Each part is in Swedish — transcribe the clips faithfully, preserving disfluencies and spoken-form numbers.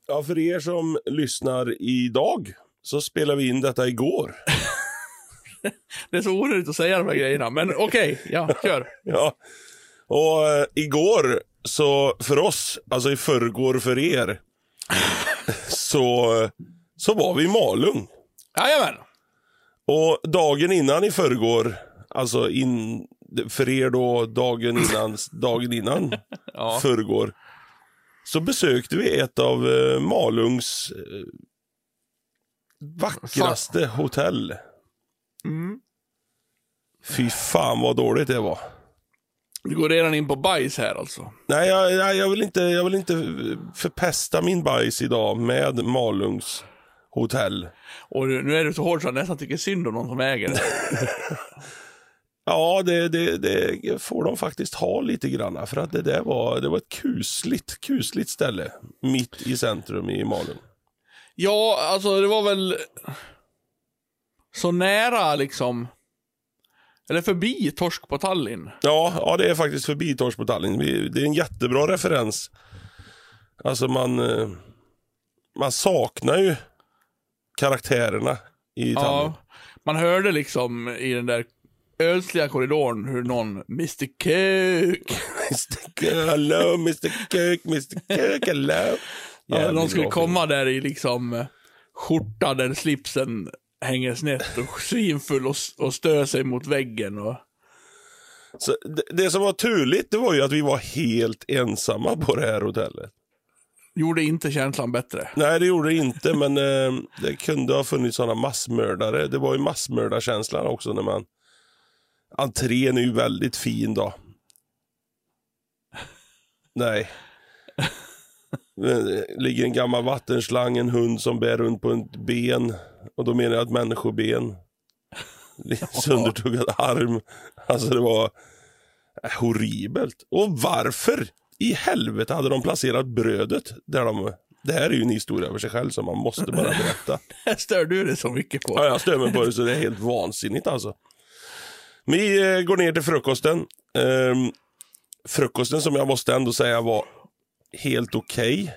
Ja, för er som lyssnar idag så spelar vi in detta igår. Det är så onödigt att säga de här grejerna, men okej, okay, ja, kör. Ja, och äh, igår så för oss, alltså i förrgår för er, så, så var vi i Malung. Jajamän. Och dagen innan i förrgår, alltså in, för er då dagen innan, dagen innan ja. förrgår, så besökte vi ett av eh, Malungs eh, vackraste fan. hotell. Mm. Fy fan vad dåligt det var. Du går redan in på bajs här alltså. Nej, jag, jag, jag, vill inte, jag vill inte förpesta min bajs idag med Malungs hotell. Och nu är du så hård så jag nästan tycker synd om någon som äger det. Ja, det, det, det får de faktiskt ha lite grann. För att det där var, det var ett kusligt, kusligt ställe mitt i centrum i Malung. Ja, alltså det var väl så nära liksom, eller förbi Torsk på Tallinn. Ja, ja, det är faktiskt förbi Torsk på Tallinn. Det är en jättebra referens. Alltså man, man saknar ju karaktärerna i Tallinn. Ja, man hörde liksom i den där ödsliga korridoren hur någon mister Kök mister Kök, hello mister Kök, mister Kök, hello. Ja, de skulle komma där i liksom skjorta där slipsen hänger snett och svinfull och, och stör sig mot väggen. Och... Så det, det som var turligt, det var ju att vi var helt ensamma på det här hotellet. Gjorde inte känslan bättre? Nej, det gjorde det inte, men eh, det kunde ha funnits sådana massmördare. Det var ju massmördarkänslan också när man... Entrén är ju väldigt fin då. Nej. Det ligger en gammal vattenslang, en hund som bär runt på en ben. Och då menar jag ett människoben. Söndertuggad arm. Alltså det var horribelt. Och varför i helvete hade de placerat brödet där de... Det här är ju en historia över sig själv som man måste bara berätta. Stör du det så mycket på? Ja, jag stör mig på det så det är helt vansinnigt alltså. Vi eh, går ner till frukosten. Ehm, frukosten som jag måste ändå säga var helt okej.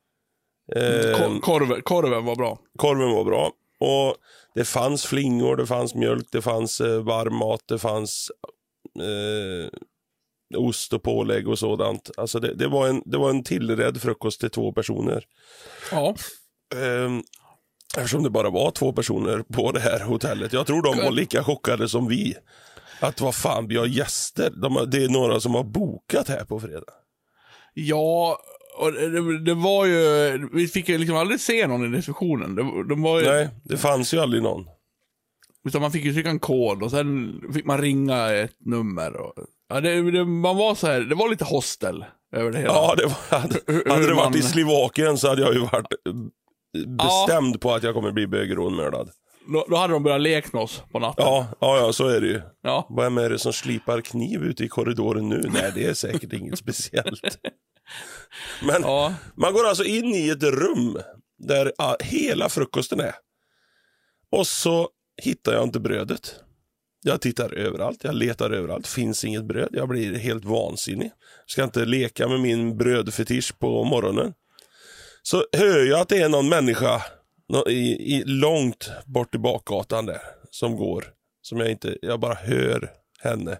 Okay. Ehm, korven, korven var bra. Korven var bra. Och det fanns flingor, det fanns mjölk, det fanns eh, varm mat, det fanns eh, ost och pålägg och sådant. Alltså det, det, var en, det var en tillrädd frukost till två personer. Ja. Ehm, eftersom det bara var två personer på det här hotellet. Jag tror de var lika chockade som vi. Att vad fan, vi har gäster. De, det är några som har bokat här på fredag. Ja, och det, det var ju... Vi fick ju liksom aldrig se någon i receptionen. De, de var ju, nej, det fanns ju aldrig någon. Utan man fick ju trycka en kod och sen fick man ringa ett nummer. Och, ja, det, det, man var så här, det var lite hostel över det hela. Ja, det var, hade, hur, hade det varit man... i Slovakien så hade jag ju varit bestämd ja. på att jag kommer bli bögeronmördad. Då, då hade de börjat leka med oss på natten. Ja, ja, ja, så är det ju. Ja. Vem är det som slipar kniv ute i korridoren nu? Nej, det är säkert inget speciellt. Men ja. Man går alltså in i ett rum där ja, hela frukosten är. Och så hittar jag inte brödet. Jag tittar överallt, jag letar överallt. Finns inget bröd, jag blir helt vansinnig. Ska inte leka med min brödfetisch på morgonen. Så hör jag att det är någon människa i, i, långt bort i bakgatan där som går. Som jag inte, jag bara hör henne.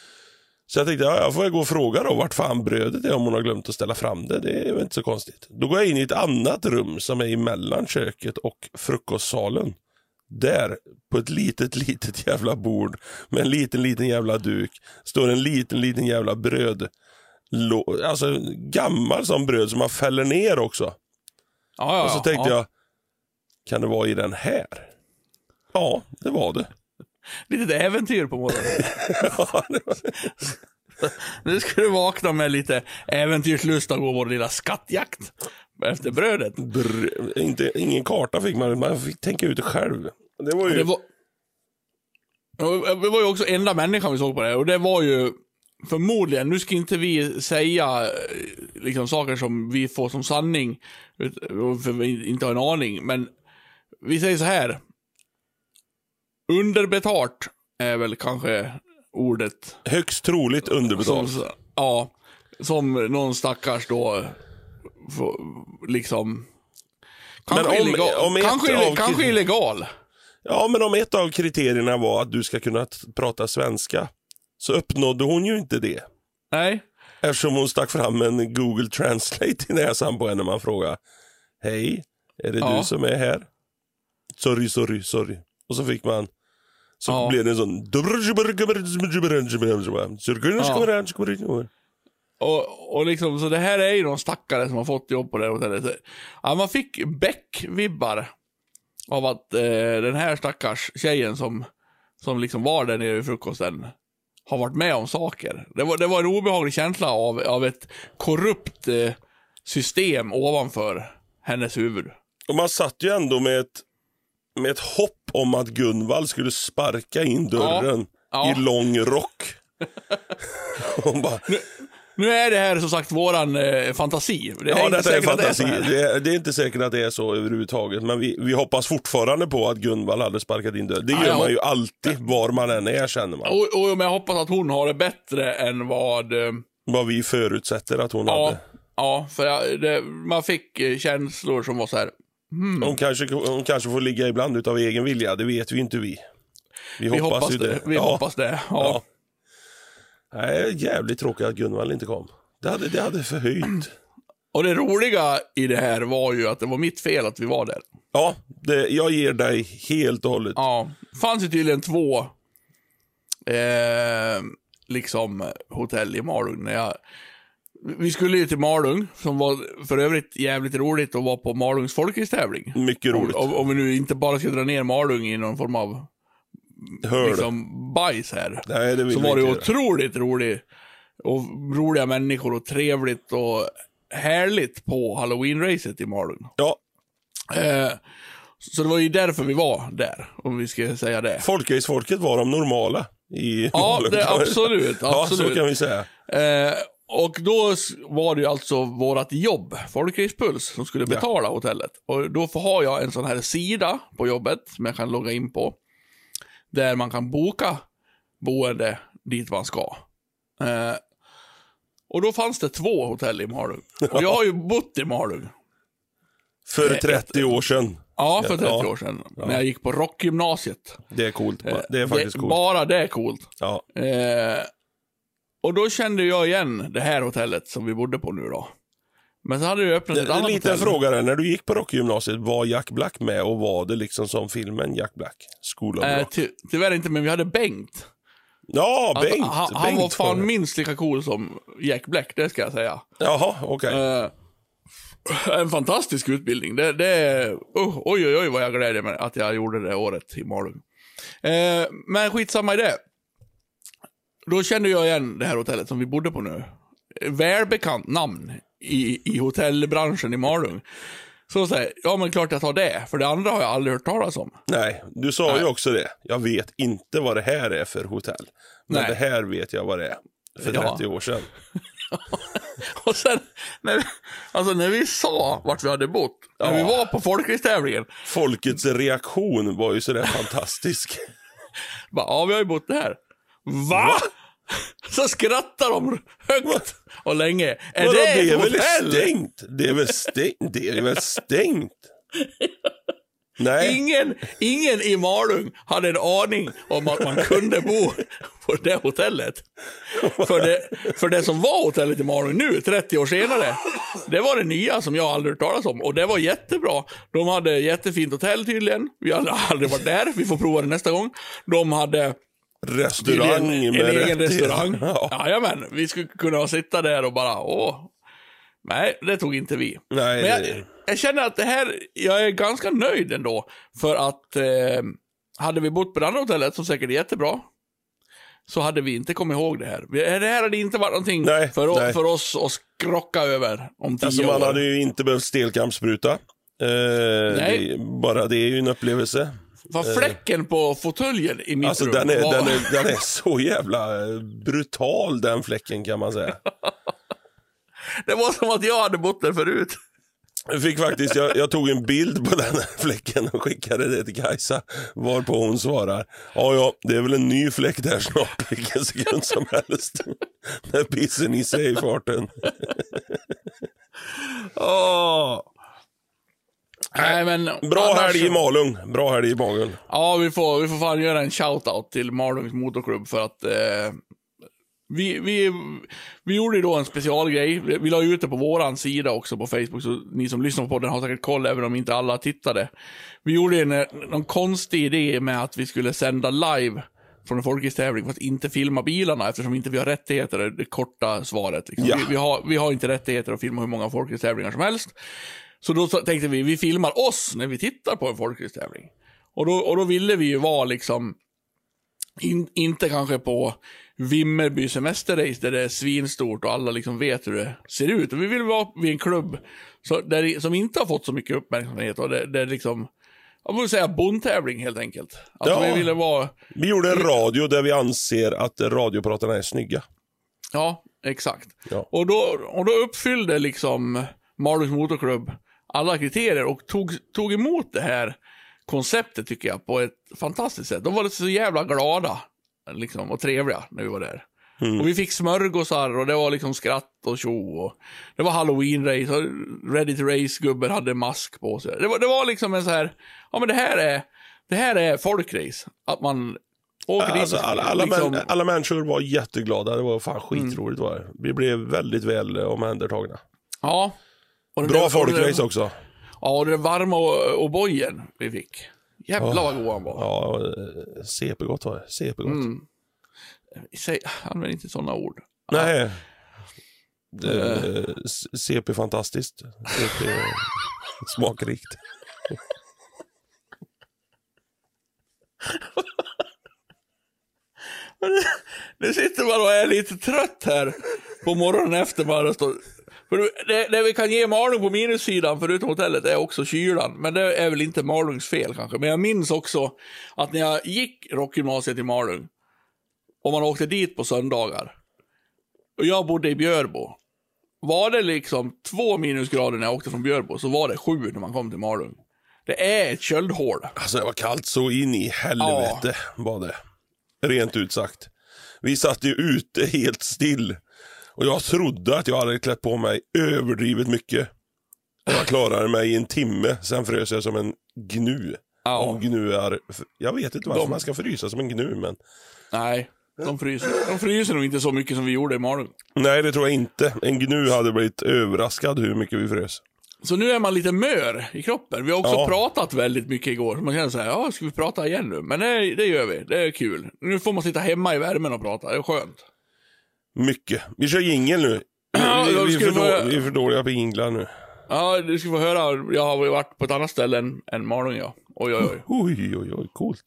Så jag tänkte, ja, jag får gå och fråga då vart fan brödet är om hon har glömt att ställa fram det. Det är väl inte så konstigt. Då går jag in i ett annat rum som är emellan köket och frukostsalen. Där, på ett litet, litet jävla bord med en liten, liten jävla duk står en liten, liten jävla bröd. Alltså gammal som bröd som man fäller ner också. Ja, ja, och så tänkte ja. jag, kan det vara i den här? Ja, det var det. Lite äventyr på morgonen. Ja, det var... Nu ska du vakna med lite äventyrslust och gå vår lilla skattjakt efter brödet. Br- inte, ingen karta fick man, man fick tänka ut det själv. Det var ju... Det var... det var ju också enda människan vi såg på det. Och det var ju förmodligen, nu ska inte vi säga liksom saker som vi får som sanning för vi inte har en aning, men vi säger så här: underbetalt är väl kanske ordet. Högst troligt underbetalt. Som, ja, som någon stackars då får, liksom Kanske, men om, illegal. om ett kanske, ille, av, kanske illegal. Ja, men om ett av kriterierna var att du ska kunna t- prata svenska, så uppnådde hon ju inte det. Nej. Eftersom hon stack fram en Google Translate i näsan på henne när man frågar: hej, är det ja. du som är här? Sorry, sorry, sorry. Och så fick man, så ja. blev det en sån. Ja. Och, och liksom, så det här är ju någon stackare som har fått jobb på det hotellet. Ja, man fick Beck-vibbar av att eh, den här stackars tjejen som, som liksom var där nere vid frukosten har varit med om saker. Det var, det var en obehaglig känsla av, av ett korrupt eh, system ovanför hennes huvud. Och man satt ju ändå med ett, med ett hopp om att Gunvald skulle sparka in dörren ja. Ja. i lång rock. Hon bara... Nu, nu är det här som sagt våran eh, fantasi. Det är ja, inte detta är fantasi. Det är, det, är, det är inte säkert att det är så överhuvudtaget. Men vi, vi hoppas fortfarande på att Gunvald hade sparkat in dörren. Det ja, gör man hopp- ju alltid var man än är, känner man. och, och men jag hoppas att hon har det bättre än vad... Eh, Vad vi förutsätter att hon ja, hade. ja, för jag, det, man fick eh, känslor som var så här... Hmm. Hon, kanske, hon kanske får ligga ibland utav egen vilja. Det vet vi inte vi. Vi, Vi hoppas, hoppas ju det. det. Vi ja. hoppas det. Ja. Ja. Nej, jävligt tråkigt att Gunvald inte kom. Det hade, det hade förhöjt. Och det roliga i det här var ju att det var mitt fel att vi var där. Ja, det, jag ger dig helt och hållet. Ja, fanns ju tydligen två eh, liksom hotell i Malung. När jag, vi skulle ju till Malung, som var för övrigt jävligt roligt att vara på Malungs folkracetävling. Mycket roligt. Om, om vi nu inte bara ska dra ner Malung i någon form av Hör liksom bajs här. Nej, det vill så vi var det inte otroligt roligt. Och roliga människor och trevligt och härligt på Halloween-racet i Malung. Ja. Eh, så det var ju därför vi var där, om vi ska säga det. Folkracefolket var de normala i Ja, Malung. det, absolut, Ja, absolut. så kan vi säga. Eh, och då s- var det ju alltså vårat jobb, Folkracepuls, som skulle betala ja. hotellet. Och då får- har jag en sån här sida på jobbet som jag kan logga in på. Där man kan boka boende dit man ska. Eh, och då fanns det två hotell i Malung. Och jag har ju bott i Malung. För trettio år sedan. Ja, för trettio Ja. år sedan. Ja. När jag gick på rockgymnasiet. Det är coolt. Det är faktiskt det, coolt. Bara det är coolt. Ja. Eh, och då kände jag igen det här hotellet som vi bodde på nu då. Men så hade det öppnat ett En annat liten hotell. fråga där. När du gick på rockgymnasiet, var Jack Black med och var det liksom som filmen Jack Black? School of Eh, Rock. ty tyvärr inte, men vi hade Bengt. Ja, Alltså, Bengt. han, han Bengt var fan var- minst lika cool som Jack Black, det ska jag säga. Jaha, okej. Eh, en fantastisk utbildning. Det, det, uh, oj, oj, oj vad jag glädjer mig att jag gjorde det året i Malung. Eh, men skitsamma i det. Då kände jag igen det här hotellet som vi bodde på nu. Välbekant namn i, i hotellbranschen i Malung. Så säger ja men klart jag tar det. För det andra har jag aldrig hört talas om. Nej, du sa Nej. ju också det. Jag vet inte vad det här är för hotell. Men Nej. det här vet jag vad det är. För Ja. trettio år sedan. Och sen, när vi, alltså när vi sa vart vi hade bott, när Ja. vi var på folkracetävlingen, Folkets reaktion var ju sådär fantastisk. bara, ja vi har ju bott där. Va? Så skrattar de högt och länge. Är Vadå, det det är ett väl hotell? stängt? Det är väl stängt? Det är väl stängt? Nej. Ingen, ingen i Malung hade en aning om att man kunde bo på det hotellet. För det, för det som var hotellet i Malung nu, trettio år senare, det var det nya som jag aldrig hört talas om. Och det var jättebra. De hade jättefint hotell tydligen. Vi hade aldrig varit där, vi får prova det nästa gång. De hade Restaurang en, en med egen rättigheter. restaurang. Ja. Jajamän, vi skulle kunna sitta där och bara, åh. Nej, det tog inte vi. Nej, Men jag, det... jag känner att det här, jag är ganska nöjd ändå. För att eh, hade vi bott på det andra hotellet, som säkert är jättebra, så hade vi inte kommit ihåg det här. Vi- Det här hade inte varit någonting Nej, för, o- nej. för oss att skrocka över om tio Alltså år. man hade ju inte behövt stelkampsspruta. Eh, det, bara det är ju en upplevelse. För fläcken på fåtöljen i mitt Alltså rum den är, var... den, är, den är så jävla eh, brutal, den fläcken, kan man säga. Det var som att jag hade bott där förut. Jag fick faktiskt, jag, jag tog en bild på den här fläcken och skickade det till Kajsa, varpå hon svarar: ja ja, det är väl en ny fläck där snart, vilken sekund som helst. När pissen i sig i farten. Åh. Nej, men bra annars... helg i Malung. Bra helg i Malung. Ja, vi får, vi får fan göra en shoutout till Malungs motorklubb för att eh, vi, vi, vi gjorde ju då en specialgrej. Vi, vi la ut det på våran sida också på Facebook, så ni som lyssnar på den har säkert koll även om inte alla tittade. Vi gjorde en, någon konstig idé med att vi skulle sända live från en folkracetävling för att inte filma bilarna eftersom inte vi har rättigheter, det, det korta svaret. Liksom. Ja. Vi, vi, har, vi har inte rättigheter att filma hur många folkracetävlingar som helst. Så då tänkte vi, vi filmar oss när vi tittar på en folkracetävling. Och då, och då ville vi ju vara liksom, in, inte kanske på Vimmerby semesterrace där det är svinstort och alla liksom vet hur det ser ut. Och vi vill vara vid en klubb så, där, som inte har fått så mycket uppmärksamhet och det, det är liksom, jag vill säga bondtävling helt enkelt. Alltså ja, vi ville vara... Vi gjorde en radio där vi anser att radiopratarna är snygga. Ja, exakt. Ja. Och, då, och då uppfyllde liksom Malungs motorklubb alla kriterier och tog, tog emot det här konceptet tycker jag på ett fantastiskt sätt. De var så jävla glada liksom, och trevliga när vi var där. Mm. Och vi fick smörgåsar och det var liksom skratt och tjo och det var Halloween-race och Ready to Race-gubben hade mask på sig. Det var, det var liksom en så här, ja men det här är det här är folkrace. Att man åker alltså, dit. Alla, alla, liksom... män, alla människor var jätteglada. Det var fan skitroligt. Mm. Var det. Vi blev väldigt väl omhändertagna. Ja. Och bra det, folkrace det, också. Ja, och det varma och, och bojen vi fick. Jävlar oh, vad god han var. Ja, C P-gott var det. C P-gott. Mm. Säg, använd inte sådana ord. Nej. Det, C P fantastiskt. C P smakrikt. Nu sitter man och är lite trött här på morgonen efter bara står. För det, det vi kan ge Malung på minussidan förutom hotellet är också kylan. Men det är väl inte Malungs fel kanske. Men jag minns också att när jag gick rockgymnasiet i Malung och man åkte dit på söndagar och jag bodde i Björbo, var det liksom två minusgrader när jag åkte från Björbo så var det sju när man kom till Malung. Det är ett köldhål. Alltså det var kallt så in i helvete ja. Var det. Rent ut sagt. Vi satt ju ute helt still. Och jag trodde att jag hade klätt på mig överdrivet mycket. Och jag klarade mig i en timme. Sen frös jag som en gnu. Ja. Om gnuar. Jag vet inte varför de... man ska frysa som en gnu, men... Nej, de fryser. De fryser nog inte så mycket som vi gjorde i Malung. Nej, det tror jag inte. En gnu hade blivit överraskad hur mycket vi frös. Så nu är man lite mör i kroppen. Vi har också ja. pratat väldigt mycket igår. Man känner så här, ja, ska vi prata igen nu? Men det, det gör vi, det är kul. Nu får man sitta hemma i värmen och prata, det är skönt. Mycket. Vi kör jingel nu. Ja, vi, vi, är för få... då, vi är för dåliga på jinglar nu. Ja, du ska få höra. Jag har varit på ett annat ställe än, än Malung, ja. Oj, oj, oj. Oj, oj, oj, coolt.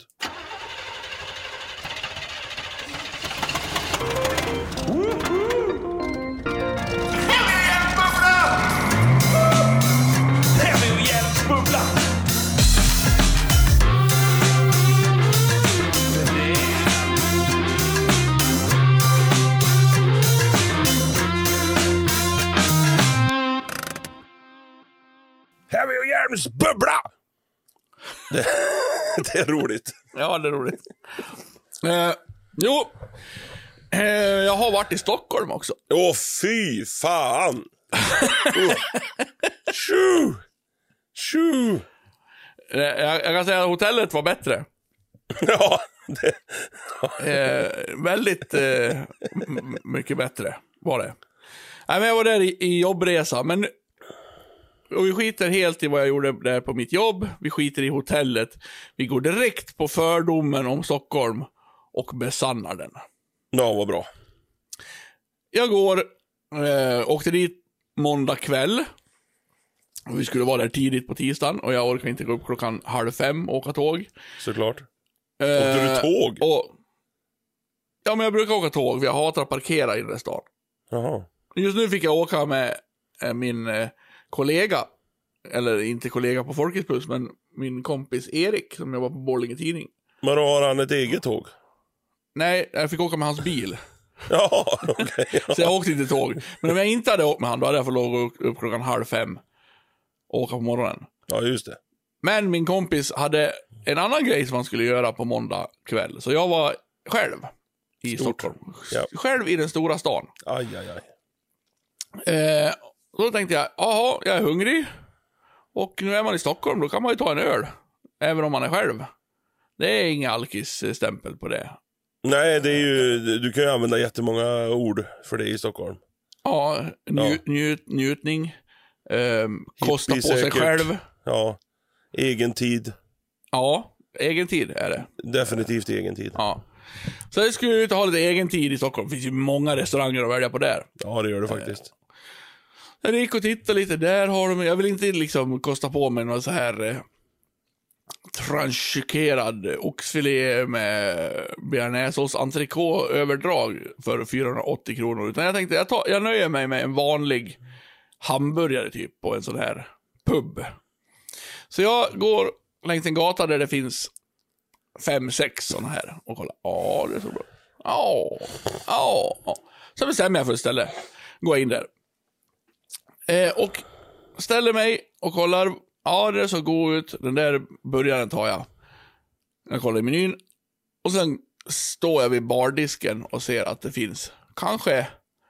Bubbla! Det, det är roligt. Ja, det är roligt. Eh, jo, eh, jag har varit i Stockholm också. Åh, fy fan! oh. Tju! Tju! Eh, jag, jag kan säga att hotellet var bättre. Ja, det... eh, väldigt eh, m- mycket bättre var det. Nej, men jag var där i, i jobbresa, men och vi skiter helt i vad jag gjorde där på mitt jobb. Vi skiter i hotellet. Vi går direkt på fördomen om Stockholm och besannar den. Ja, vad bra. Jag går, eh, åkte dit måndag kväll. Och vi skulle vara där tidigt på tisdagen. Och jag orkar inte gå upp klockan halv fem och åka tåg. Såklart. Eh, Åkte du tåg? Och, ja, men jag brukar åka tåg. Vi hatar att parkera i den stan. Jaha. Just nu fick jag åka med eh, min... Eh, kollega, eller inte kollega på Folkets, men min kompis Erik som jobbar på Borlänge Tidning. Men då har han ett eget tåg? Nej, jag fick åka med hans bil. Ja, okej. Okay, ja. Så jag åkte inte tåg. Men om jag inte hade åkt med han, då hade jag fått lov upp, upp klockan halv fem och åka på morgonen. Ja, just det. Men min kompis hade en annan grej som han skulle göra på måndag kväll. Så jag var själv i Stort. Stockholm. Ja. Själv i den stora stan. Aj, aj, aj. Eh, då tänkte jag, jaha, jag är hungrig. Och nu är man i Stockholm, då kan man ju ta en öl. Även om man är själv. Det är ingen alkis-stämpel på det. Nej, det är ju, du kan ju använda jättemånga ord för det i Stockholm. Ja, njut, ja. Njut, njutning. Eh, kosta på sig säkert. Själv. Ja, egen tid. Ja, egen tid är det. Definitivt egen tid. Ja. Så det skulle ju inte ha lite egen tid i Stockholm. Det finns ju många restauranger att välja på där. Ja, det gör det faktiskt. Jag gick och tittade lite. Där har de, jag vill inte liksom kosta på mig någon så här eh, tranchikerad oxfilé med bearnaisesås entrecote överdrag för fyrahundraåttio kronor. Utan jag tänkte, jag, tar, jag nöjer mig med en vanlig hamburgare typ på en sån här pub. Så jag går längs en gata där det finns fem, sex såna här och kollar. Ja, det är så bra. Ja, ja, ja. Så bestämmer jag för ett ställe. Går in där. Eh, och ställer mig och kollar. Ja, det är så god ut. Den där burgaren tar jag. Jag kollar i menyn. Och sen står jag vid bardisken och ser att det finns kanske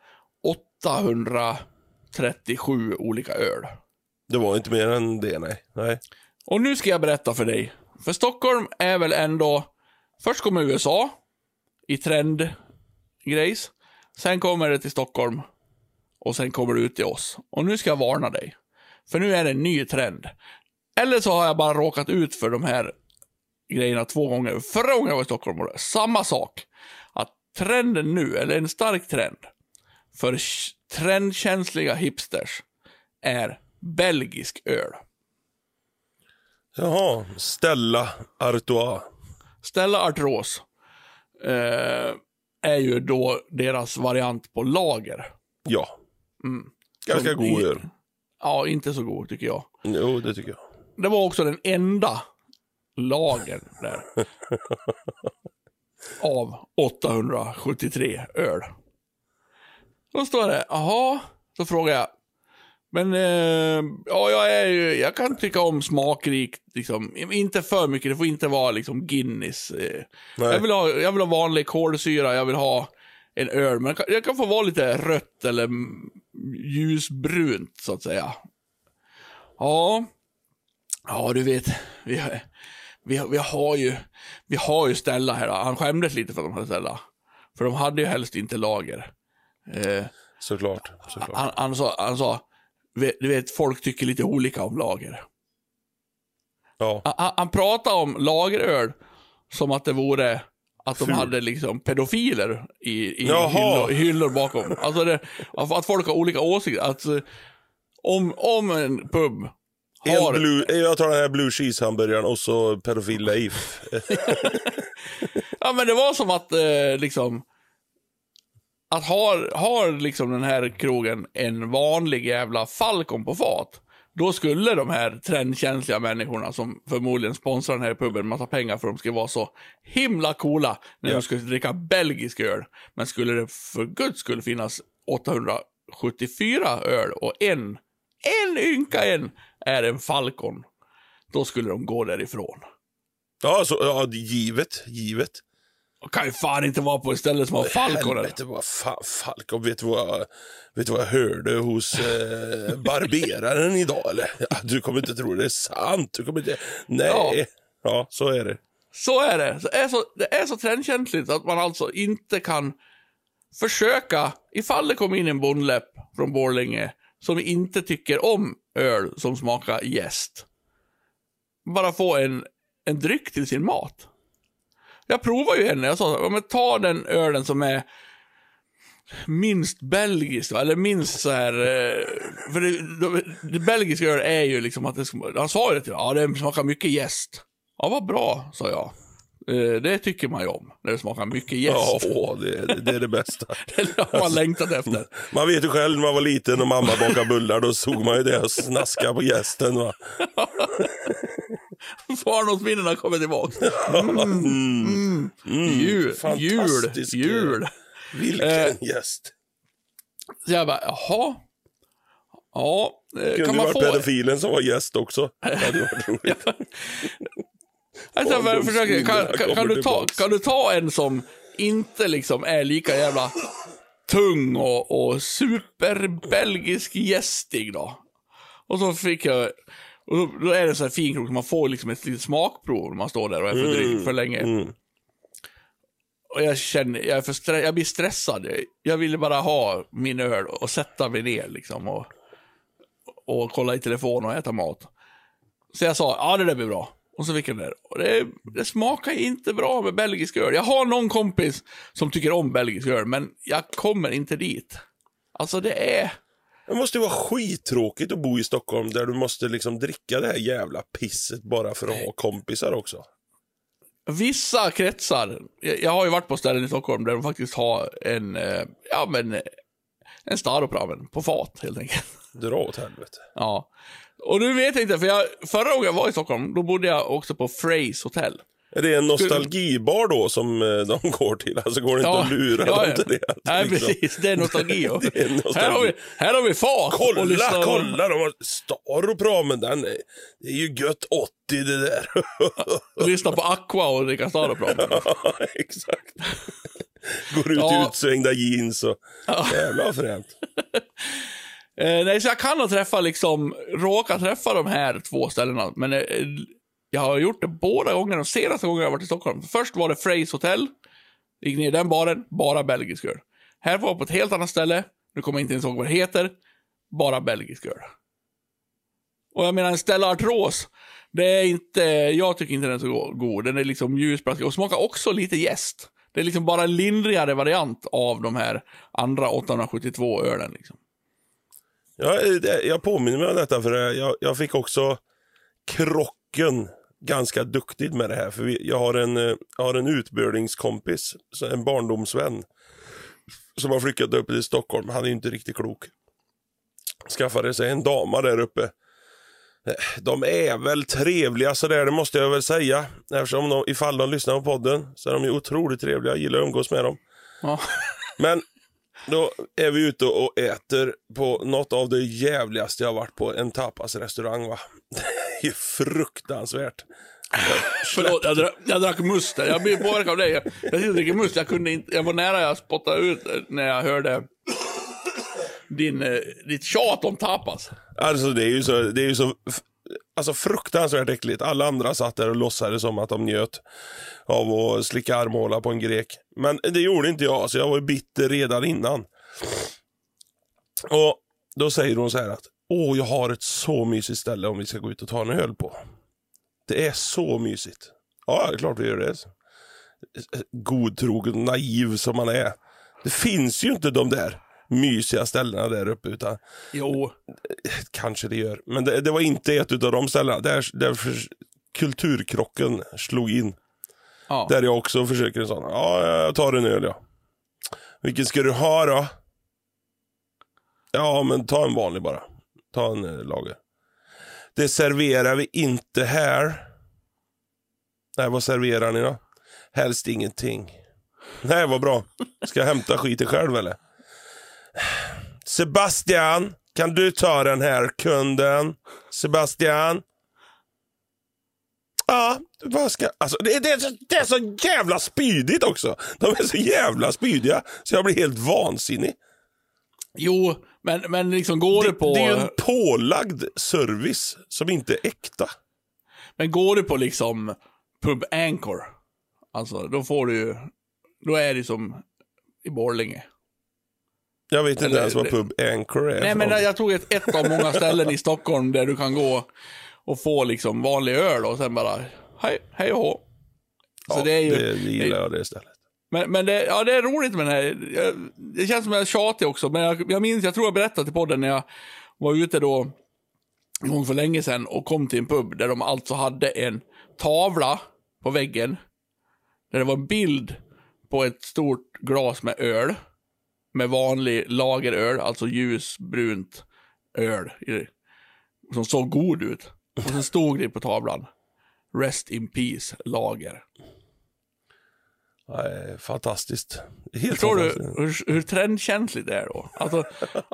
åttahundratrettiosju olika öl. Det var inte mer än det, nej. nej. Och nu ska jag berätta för dig. För Stockholm är väl ändå... Först kommer U S A i trendgrejs. Sen kommer det till Stockholm. Och sen kommer det ut till oss. Och nu ska jag varna dig. För nu är det en ny trend. Eller så har jag bara råkat ut för de här grejerna två gånger. Förra gången jag var i Stockholm var det samma sak. Att trenden nu, eller en stark trend för trendkänsliga hipsters är belgisk öl. Jaha, Stella Artois. Stella Artois eh, är ju då deras variant på lager. Ja, mm. ganska Som god öl. Ja, inte så god tycker jag. Jo, det tycker jag. Det var också den enda lagen där. Av åttahundrasjuttiotre öl. Då står det, jaha, så frågar jag. Men eh, ja, jag är ju, jag kan tycka om smakrikt liksom, inte för mycket, det får inte vara liksom Guinness. Eh. Jag vill ha jag vill ha vanlig kolsyra, jag vill ha en öl, men jag kan, jag kan få vara lite rött eller ljusbrunt så att säga. Ja. Ja, du vet, vi vi vi har ju vi har ju Stella här. Han skämdes lite för att de hade Stella. För de hade ju helst inte lager. Eh, såklart, såklart. Han, han sa han sa du vet, folk tycker lite olika om lager. Ja. Han, han pratade om lageröl som att det vore att de Fy. hade liksom pedofiler i, i hyllor, hyllor bakom. Alltså det, att folk har olika åsikter. Att om, om en pub har... En blue, jag tar den här blue cheese hamburgaren och så pedofil Leif. Ja, men det var som att eh, liksom att har, har liksom den här krogen en vanlig jävla Falcon på fat, då skulle de här trendkänsliga människorna som förmodligen sponsrar den här puben en massa pengar för att de ska vara så himla coola när ja. de ska dricka belgisk öl. Men skulle det för guds skull finnas åttahundrasjuttiofyra öl och en, en ynka en är en Falcon, då skulle de gå därifrån. Ja, så, ja givet, givet. Och kan ju fan inte vara på ett ställe som har Falcon. Vet du vad fan, Falcon, vet du vad, vet du vad jag hörde hos eh, barberaren idag eller? Ja, du kommer inte tro det är sant. Du kommer inte, nej. Ja, ja så är det. Så är det. Det är så, det är så trendkänsligt att man alltså inte kan försöka, ifall det kommer in en bondläpp från Borlänge som inte tycker om öl som smakar jäst. Bara få en, en dryck till sin mat. Jag provar ju henne. Jag sa, ja, men ta den ölen som är minst belgisk, eller minst så här, för det, det, det belgiska öl är ju liksom att det, han sa ju det till, ja det smakar mycket jäst. Ja, vad bra, sa jag. Det tycker man ju om, när det smakar mycket jäst. Ja, det, det är det bästa. Det har man längtat efter. Man vet ju själv när man var liten och mamma bakade bullar, då såg man ju det och snaskade på jästen, va? Barndomsminnena kommer tillbaka. Mm, mm, mm, jul, jul, jul. Vilken eh, gäst. Så jag bara, jaha. Ja, kunde kan man få... pedofilen som var gäst också. Det hade varit roligt. Alltså, försöker, kan, kan, kan, du ta, kan du ta en som inte liksom är lika jävla tung och, och superbelgisk gästig då? Och så fick jag... Och då, då är det så här fin krok. Man får liksom ett litet smakprov när man står där och är för dryg mm. för länge. Mm. Och jag känner, jag, är för stre- jag blir stressad. Jag ville bara ha min öl och sätta mig ner liksom. Och, och kolla i telefon och äta mat. Så jag sa, ja det där blir bra. Och så fick jag det där. Och det, det smakar inte bra med belgisk öl. Jag har någon kompis som tycker om belgisk öl. Men jag kommer inte dit. Alltså det är... Det måste ju vara skittråkigt att bo i Stockholm. Där du måste liksom dricka det här jävla pisset bara för att ha kompisar också. Vissa kretsar. Jag, jag har ju varit på ställen i Stockholm där de faktiskt har en... Ja men... En Staropramen på fat helt enkelt. Dra åt helvete. Ja. Och nu vet jag inte, för jag, förra gången jag var i Stockholm, då bodde jag också på Phrase Hotel. Är det en nostalgibar då som de går till? Alltså går det ja, inte att lura ja, dem ja. till det? Nej, liksom. precis. Det är nostalgi. det är nostalgi. Här, har vi, här har vi fat. Kolla, och lyssna kolla. De har Staropramen. Den är, det är ju gött åttio det där. och lyssna på Aqua och dricka Staropramen. Ja, exakt. Går ut ja. i utsvängda jeans och ja. Jävla fränt. Eh, nej, så jag kan nog träffa liksom, råka träffa de här två ställena. Men eh, jag har gjort det båda gångerna. De senaste gångerna jag varit i Stockholm. Först var det Phrase Hotel. Gick ner i den baren, bara belgisk öl. Här var jag på ett helt annat ställe. Nu kommer jag inte ens ihåg vad det heter. Bara belgisk öl. Och jag menar en Stella Artois. Det är inte, jag tycker inte den är så god. Den är liksom ljusbraskig och smakar också lite jäst. Det är liksom bara en lindrigare variant av de här andra åttahundrasjuttiotvå ölen liksom. Ja, jag påminner mig om detta för jag, jag fick också krocken ganska duktigt med det här. För vi, jag har en, jag har en utbördingskompis, en barndomsvän som har flyttat upp till Stockholm. Han är ju inte riktigt klok. Skaffade sig en dama där uppe. De är väl trevliga så där, det måste jag väl säga. Eftersom de, ifall de lyssnar på podden så är de ju otroligt trevliga. Jag gillar att umgås med dem. Ja. Men då är vi ute och äter på något av det jävligaste jag har varit på, en tapasrestaurang va. Det är fruktansvärt. Förlåt, jag, dra, jag drack must där. Jag blir påverkad av dig. Jag, jag sitter och dricker must. Jag, kunde inte, jag var nära jag spottade ut när jag hörde din, ditt tjat om tapas. Alltså det är ju så, det är ju så alltså fruktansvärt äckligt. Alla andra satt där och låtsades som att de njöt av att slicka armhåla på en grek. Men det gjorde inte jag, så jag var ju bitter redan innan. Och då säger hon så här att åh, jag har ett så mysigt ställe om vi ska gå ut och ta en öl på. Det är så mysigt. Ja, det är klart vi gör det. Godtrogen, naiv som man är. Det finns ju inte de där mysiga ställena där uppe utan jo. Kanske det gör. Men det, det var inte ett utav de ställena där, där kulturkrocken slog in. Ja. Där jag också försöker en sån. Ja, jag tar en öl, ja. Vilken ska du ha då? Ja, men ta en vanlig bara. Ta en eh, lager. Det serverar vi inte här. Nej, vad serverar ni då? Helst ingenting. Nej, vad bra. Ska jag hämta skiten själv eller? Sebastian, kan du ta den här kunden? Sebastian? Ja, vad ska... Alltså, det, det, är så, det är så jävla spydigt också. De är så jävla spydiga så jag blir helt vansinnig. Jo, men, men liksom går det, det på... Det är en pålagd service som inte är äkta. Men går det på liksom Pub Anchor, alltså då får du ju... Då är det som i Borlänge. Jag vet inte Eller, ens vad Pub Anchor är. Nej, men jag tog ett, ett av många ställen i Stockholm där du kan gå och få liksom vanlig öl och sen bara hej, hej och hå. Så ja, det är ju... det, det gillar jag det istället. Men, men det, ja, det är roligt med den här. Jag, det känns som jag är tjatig också. Men jag, jag minns, jag tror jag berättade till podden när jag var ute då en gång för länge sedan och kom till en pub där de alltså hade en tavla på väggen. Där det var en bild på ett stort glas med öl. Med vanlig lageröl, alltså ljusbrunt öl. Som såg god ut. Och sen stod det på tavlan. Rest in peace, lager. Nej, fantastiskt. Helt Förstår fantastiskt. du hur, hur trendkänsligt det är då? Alltså,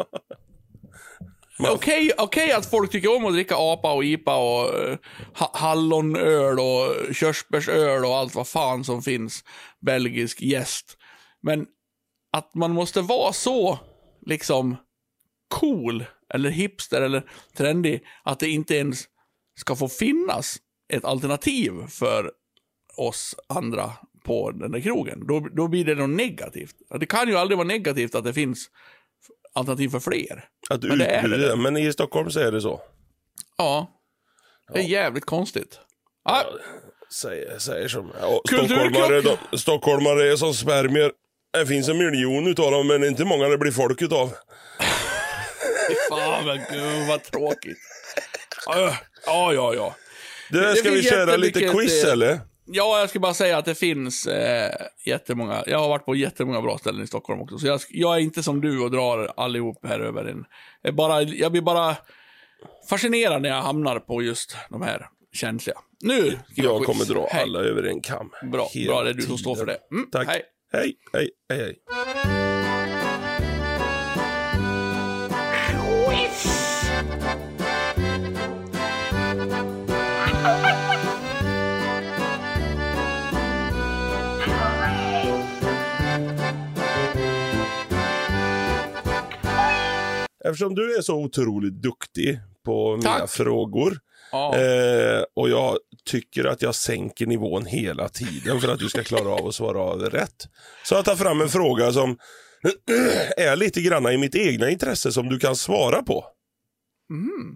okej okay, okay att folk tycker om att dricka apa och ipa och uh, ha- hallonöl och körsbärsöl och allt vad fan som finns. Belgisk jäst. Men att man måste vara så liksom cool eller hipster eller trendig att det inte ens ska få finnas ett alternativ för oss andra på den där krogen, då, då blir det något negativt. Det kan ju aldrig vara negativt att det finns alternativ för fler. Att men, det är det. Men i Stockholm så är det så. Ja, det är ja. jävligt konstigt. Ja. Ja, säger, säger som ja, Stockholmare, de, Stockholmare är som spermier. Det finns en miljon utav dem, men inte många det blir folk utav. Fan, men gud vad tråkigt. Ja, ja, ja. Det, ska det vi köra lite quiz det, eller? Ja, jag ska bara säga att det finns eh, jättemånga. Jag har varit på jättemånga bra ställen i Stockholm också. Så jag, jag är inte som du och drar allihop här över en. Jag, bara, jag blir bara fascinerad när jag hamnar på just de här känsliga. Nu ska jag kommer dra hej. alla över en kam. Bra, bra, det är du som står för det. Mm, tack. Hej. Hej, hej, hej, hej. Eftersom du är så otroligt duktig på mina Tack. frågor ja. eh, och jag tycker att jag sänker nivån hela tiden för att du ska klara av att svara av rätt. Så jag tar fram en fråga som är lite grann i mitt egna intresse som du kan svara på. Mm.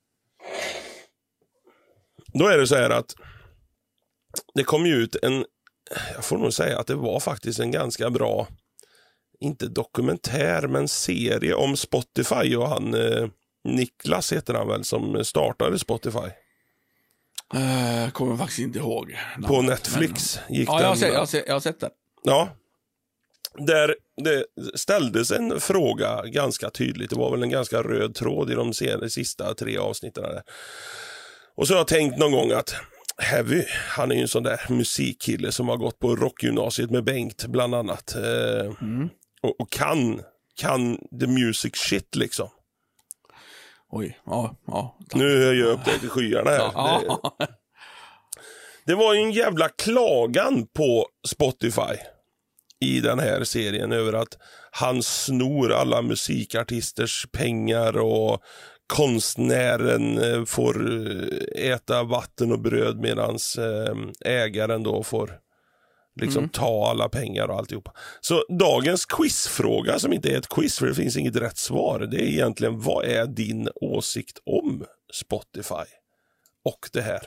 Då är det så här att det kom ju ut en, jag får nog säga att det var faktiskt en ganska bra, inte dokumentär men serie om Spotify och han eh, Niklas heter han väl som startade Spotify. Jag uh, kommer faktiskt inte ihåg. På Netflix men... gick ja, den. Jag har, sett, jag, har sett, jag har sett den. Ja. Där det ställdes en fråga ganska tydligt. Det var väl en ganska röd tråd i de sen, sista tre avsnitten där. Och så har jag tänkt någon gång att Heavy, han är ju en sån där musikkille som har gått på rockgymnasiet med Bengt bland annat. Eh, mm. och, och kan kan the music shit liksom. Oj, ja, ja. Nu höjer jag upp det till skyarna här. Ja, ja. Det, det var ju en jävla klagan på Spotify i den här serien över att han snor alla musikartisters pengar och konstnären får äta vatten och bröd medans ägaren då får liksom mm. ta alla pengar och alltihopa. Så dagens quizfråga, som inte är ett quiz för det finns inget rätt svar, det är egentligen: vad är din åsikt om Spotify och det här?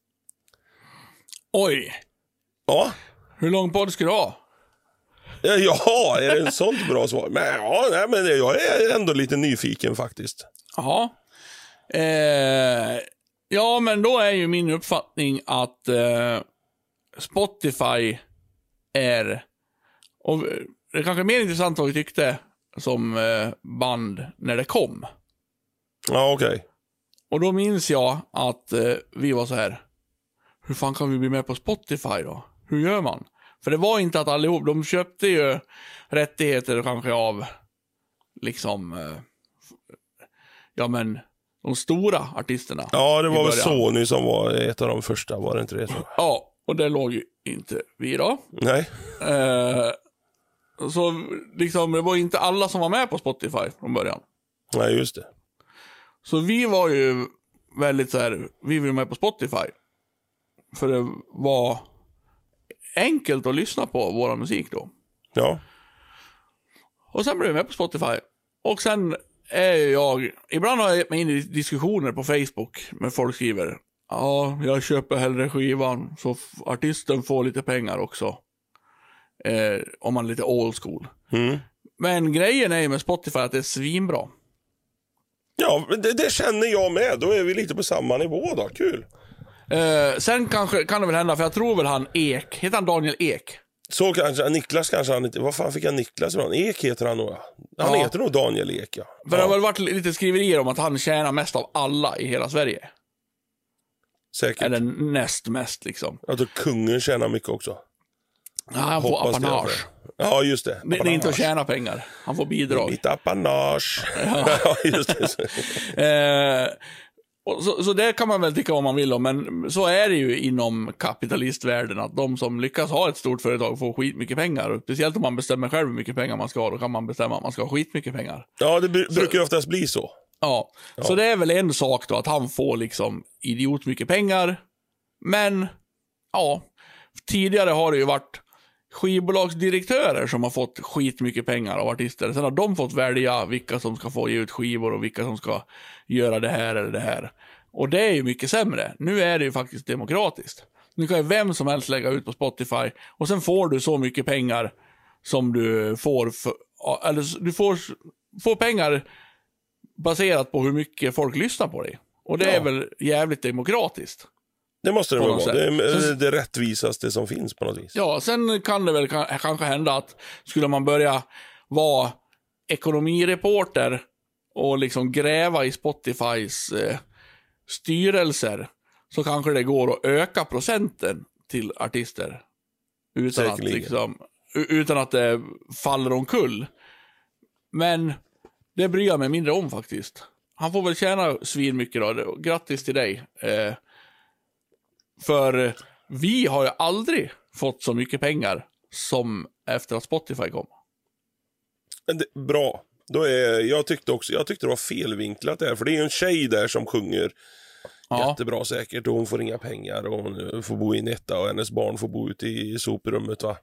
Oj. Ja. Hur lång podd ska du ha? Ja, är det en sånt bra svar? Men ja, nej, men jag är ändå lite nyfiken faktiskt. Jaha. Eh, ja, men då är ju min uppfattning att eh, Spotify är, och det är kanske mer intressant vad vi tyckte som eh, band när det kom. Ja, okej. Okay. Och då minns jag att eh, vi var så här: hur fan kan vi bli med på Spotify då? Hur gör man? För det var inte att allihop, de köpte ju rättigheter kanske av liksom eh, ja men de stora artisterna. Ja, det var väl Sony som var ett av de första, var det inte det? Så? Ja, och det låg ju inte vi då. Nej. Eh, så liksom, det var inte alla som var med på Spotify från början. Nej, just det. Så vi var ju väldigt så här, vi var med på Spotify. För det var enkelt att lyssna på vår musik då. Ja. Och sen blev vi med på Spotify. Och sen är jag, ibland har jag gett mig in i diskussioner på Facebook med folk skriver: ja, jag köper hellre skivan så artisten får lite pengar också. Eh, om man är lite old school. Mm. Men grejen är ju med Spotify att det är svinbra. Ja, det, det känner jag med. Då är vi lite på samma nivå då. Kul. Eh, sen kanske kan det väl hända, för jag tror väl han Ek, heter han Daniel Ek? Så kanske, Niklas kanske han inte, vad fan fick han Niklas från? Ek heter han nog. Han ja. heter nog Daniel Ek, ja. För det har väl varit lite skriverier om att han tjänar mest av alla i hela Sverige. Säkert. Eller näst mest liksom. Jag tror kungen tjänar mycket också. Ja, han får apanage. Ja, just det. Det, det är inte att tjäna pengar. Han får bidrag. Lite apanage. Ja. Ja, just det. eh, och så, så det kan man väl tycka om man vill om, men så är det ju inom kapitalistvärlden att de som lyckas ha ett stort företag får skitmycket pengar. Och speciellt om man bestämmer själv hur mycket pengar man ska ha, då kan man bestämma att man ska ha skitmycket pengar. Ja, det br- så, brukar ju oftast bli så. Ja. ja, så det är väl en sak då att han får liksom idiot mycket pengar. Men, ja, tidigare har det ju varit skivbolagsdirektörer som har fått skit mycket pengar av artister. Sen har de fått välja vilka som ska få ge ut skivor och vilka som ska göra det här eller det här. Och det är ju mycket sämre. Nu är det ju faktiskt demokratiskt. Nu kan ju vem som helst lägga ut på Spotify och sen får du så mycket pengar som du får för, eller du får, får pengar baserat på hur mycket folk lyssnar på dig. Och det ja. är väl jävligt demokratiskt. Det måste det väl vara. Det är sen, det rättvisaste som finns på något vis. Ja, sen kan det väl kanske hända att skulle man börja vara ekonomireporter och liksom gräva i Spotifys eh, styrelser, så kanske det går att öka procenten till artister utan att, liksom, utan att det faller omkull. Men det bryr jag mig mindre om faktiskt. Han får väl tjäna svin mycket då. Grattis till dig. Eh, för vi har ju aldrig fått så mycket pengar som efter att Spotify kom. Det, bra. Då är, jag tyckte också jag tyckte det var felvinklat där. För det är en tjej där som sjunger ja. jättebra säkert. Och hon får inga pengar. Och hon får bo i en etta. Och hennes barn får bo ute i soprummet, va?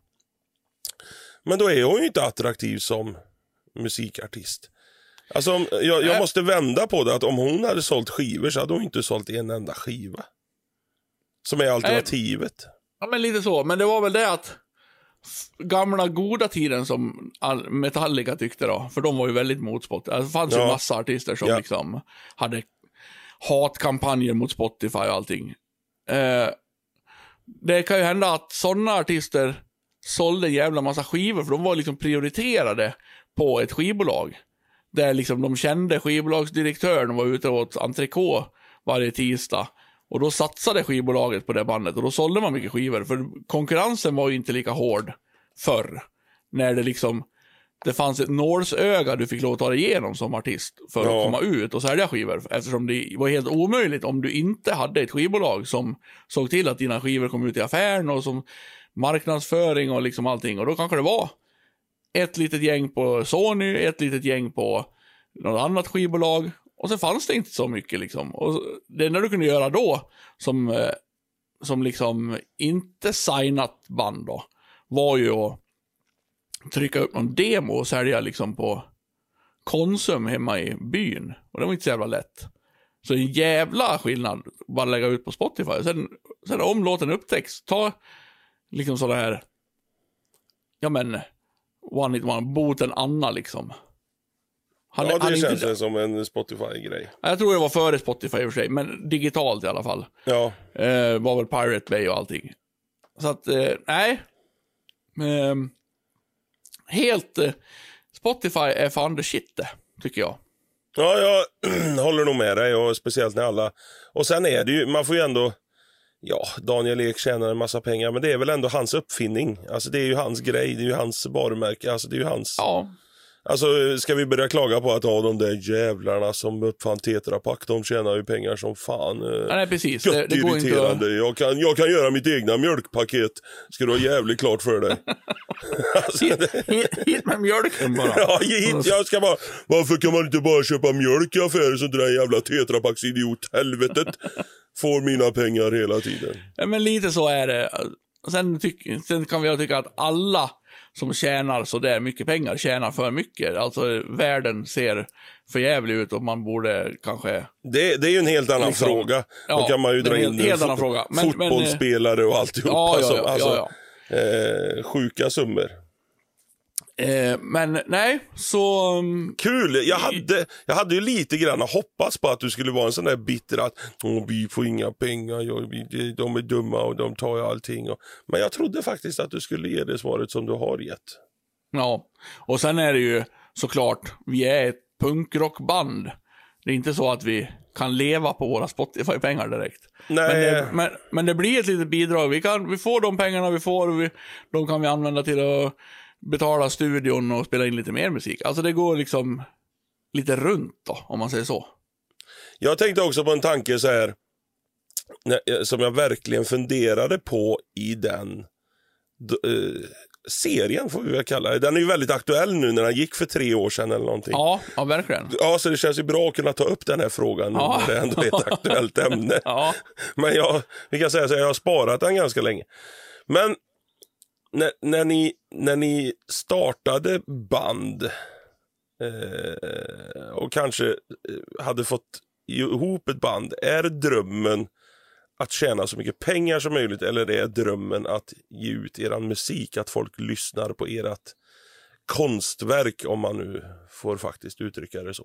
Men då är hon ju inte attraktiv som musikartist. Alltså, jag, jag måste vända på det. Att om hon hade sålt skivor så hade hon inte sålt en enda skiva. Som är alternativet. Ja, men lite så. Men det var väl det att gamla goda tiden som Metallica tyckte då. För de var ju väldigt mot Spotify. Det fanns ja. ju massa artister som ja. liksom hade hatkampanjer mot Spotify och allting. Eh, det kan ju hända att sådana artister sålde en jävla massa skivor. För de var liksom prioriterade på ett skivbolag. Där liksom de kände skivbolagsdirektören var ute åt entrecote varje tisdag. Och då satsade skivbolaget på det bandet. Och då sålde man mycket skivor. För konkurrensen var ju inte lika hård förr. När det liksom det fanns ett nålsöga du fick lov att ta dig igenom som artist. För ja. att komma ut och sälja skivor. Eftersom det var helt omöjligt om du inte hade ett skivbolag som såg till att dina skivor kom ut i affären. Och som marknadsföring och liksom allting. Och då kanske det var ett litet gäng på Sony. Ett litet gäng på något annat skivbolag. Och så fanns det inte så mycket liksom. Och det enda du kunde göra då som, som liksom inte signat band då, var ju att trycka upp någon demo och sälja liksom på Konsum hemma i byn. Och det var inte så jävla lätt. Så en jävla skillnad bara lägga ut på Spotify. Sen, sen om låten upptäcks, ta liksom sådär här ja men One Hit One, Boten Anna liksom. Han, ja, det han känns inte... som en Spotify-grej. Jag tror det var före Spotify i och för sig, men digitalt i alla fall. Ja. Eh, var väl Pirate Bay och allting. Så att, eh, nej. Eh, helt... Eh, Spotify är fan det shit, tycker jag. Ja, jag håller nog med dig, och speciellt när alla... Och sen är det ju, man får ju ändå... Ja, Daniel Ek tjänar en massa pengar, men det är väl ändå hans uppfinning. Alltså det är ju hans grej, det är ju hans varumärke, alltså det är ju hans... Ja. Alltså, ska vi börja klaga på att ja, de där jävlarna som uppfann Tetra Pak, de tjänar ju pengar som fan. Ja, nej, precis. Det, det går inte att... jag, kan, jag kan göra mitt egna mjölkpaket. Ska du ha jävligt klart för dig. Alltså, hit, hit, hit med mjölken bara. Ja, hit. Jag ska bara... Varför kan man inte bara köpa mjölk i affärer så där jävla Tetra Paks idiot helvetet får mina pengar hela tiden. Ja, men lite så är det. Sen, tyck, sen kan vi tycka att alla som tjänar så där mycket pengar tjänar för mycket. Alltså världen ser för jävligt ut och man borde kanske... Det, det är ju en helt annan liksom, fråga. Då ja, kan man ju dra in helt annan fråga. Men, fotbollsspelare och alltihop. Ja, alltså, ja, ja, alltså, ja, ja. Eh, sjuka summor. Eh, men nej, så... Um, Kul! Jag hade, jag hade ju lite grann hoppats på att du skulle vara en sån där bitter att oh, vi får inga pengar, jag, vi, de är dumma och de tar ju allting. Och, men jag trodde faktiskt att du skulle ge det svaret som du har gett. Ja, och sen är det ju såklart, vi är ett punkrockband. Det är inte så att vi kan leva på våra Spotify-pengar direkt. Nej. Men det, men, men det blir ett litet bidrag. Vi, kan, vi får de pengarna vi får och vi, de kan vi använda till att betala studion och spela in lite mer musik. Alltså det går liksom lite runt då, om man säger så. Jag tänkte också på en tanke så här som jag verkligen funderade på i den serien får vi väl kalla det. Den är ju väldigt aktuell nu när den gick för tre år sedan eller någonting. Ja, ja verkligen. Ja, så det känns ju bra att kunna ta upp den här frågan nu ja. när det ändå är ett aktuellt ämne. Ja. Men jag, vi kan säga så här, jag har sparat den ganska länge. Men när, när, ni, när ni startade band eh, och kanske hade fått ihop ett band, är drömmen att tjäna så mycket pengar som möjligt, eller är drömmen att ge ut eran musik, att folk lyssnar på ert konstverk, om man nu får faktiskt uttrycka det så?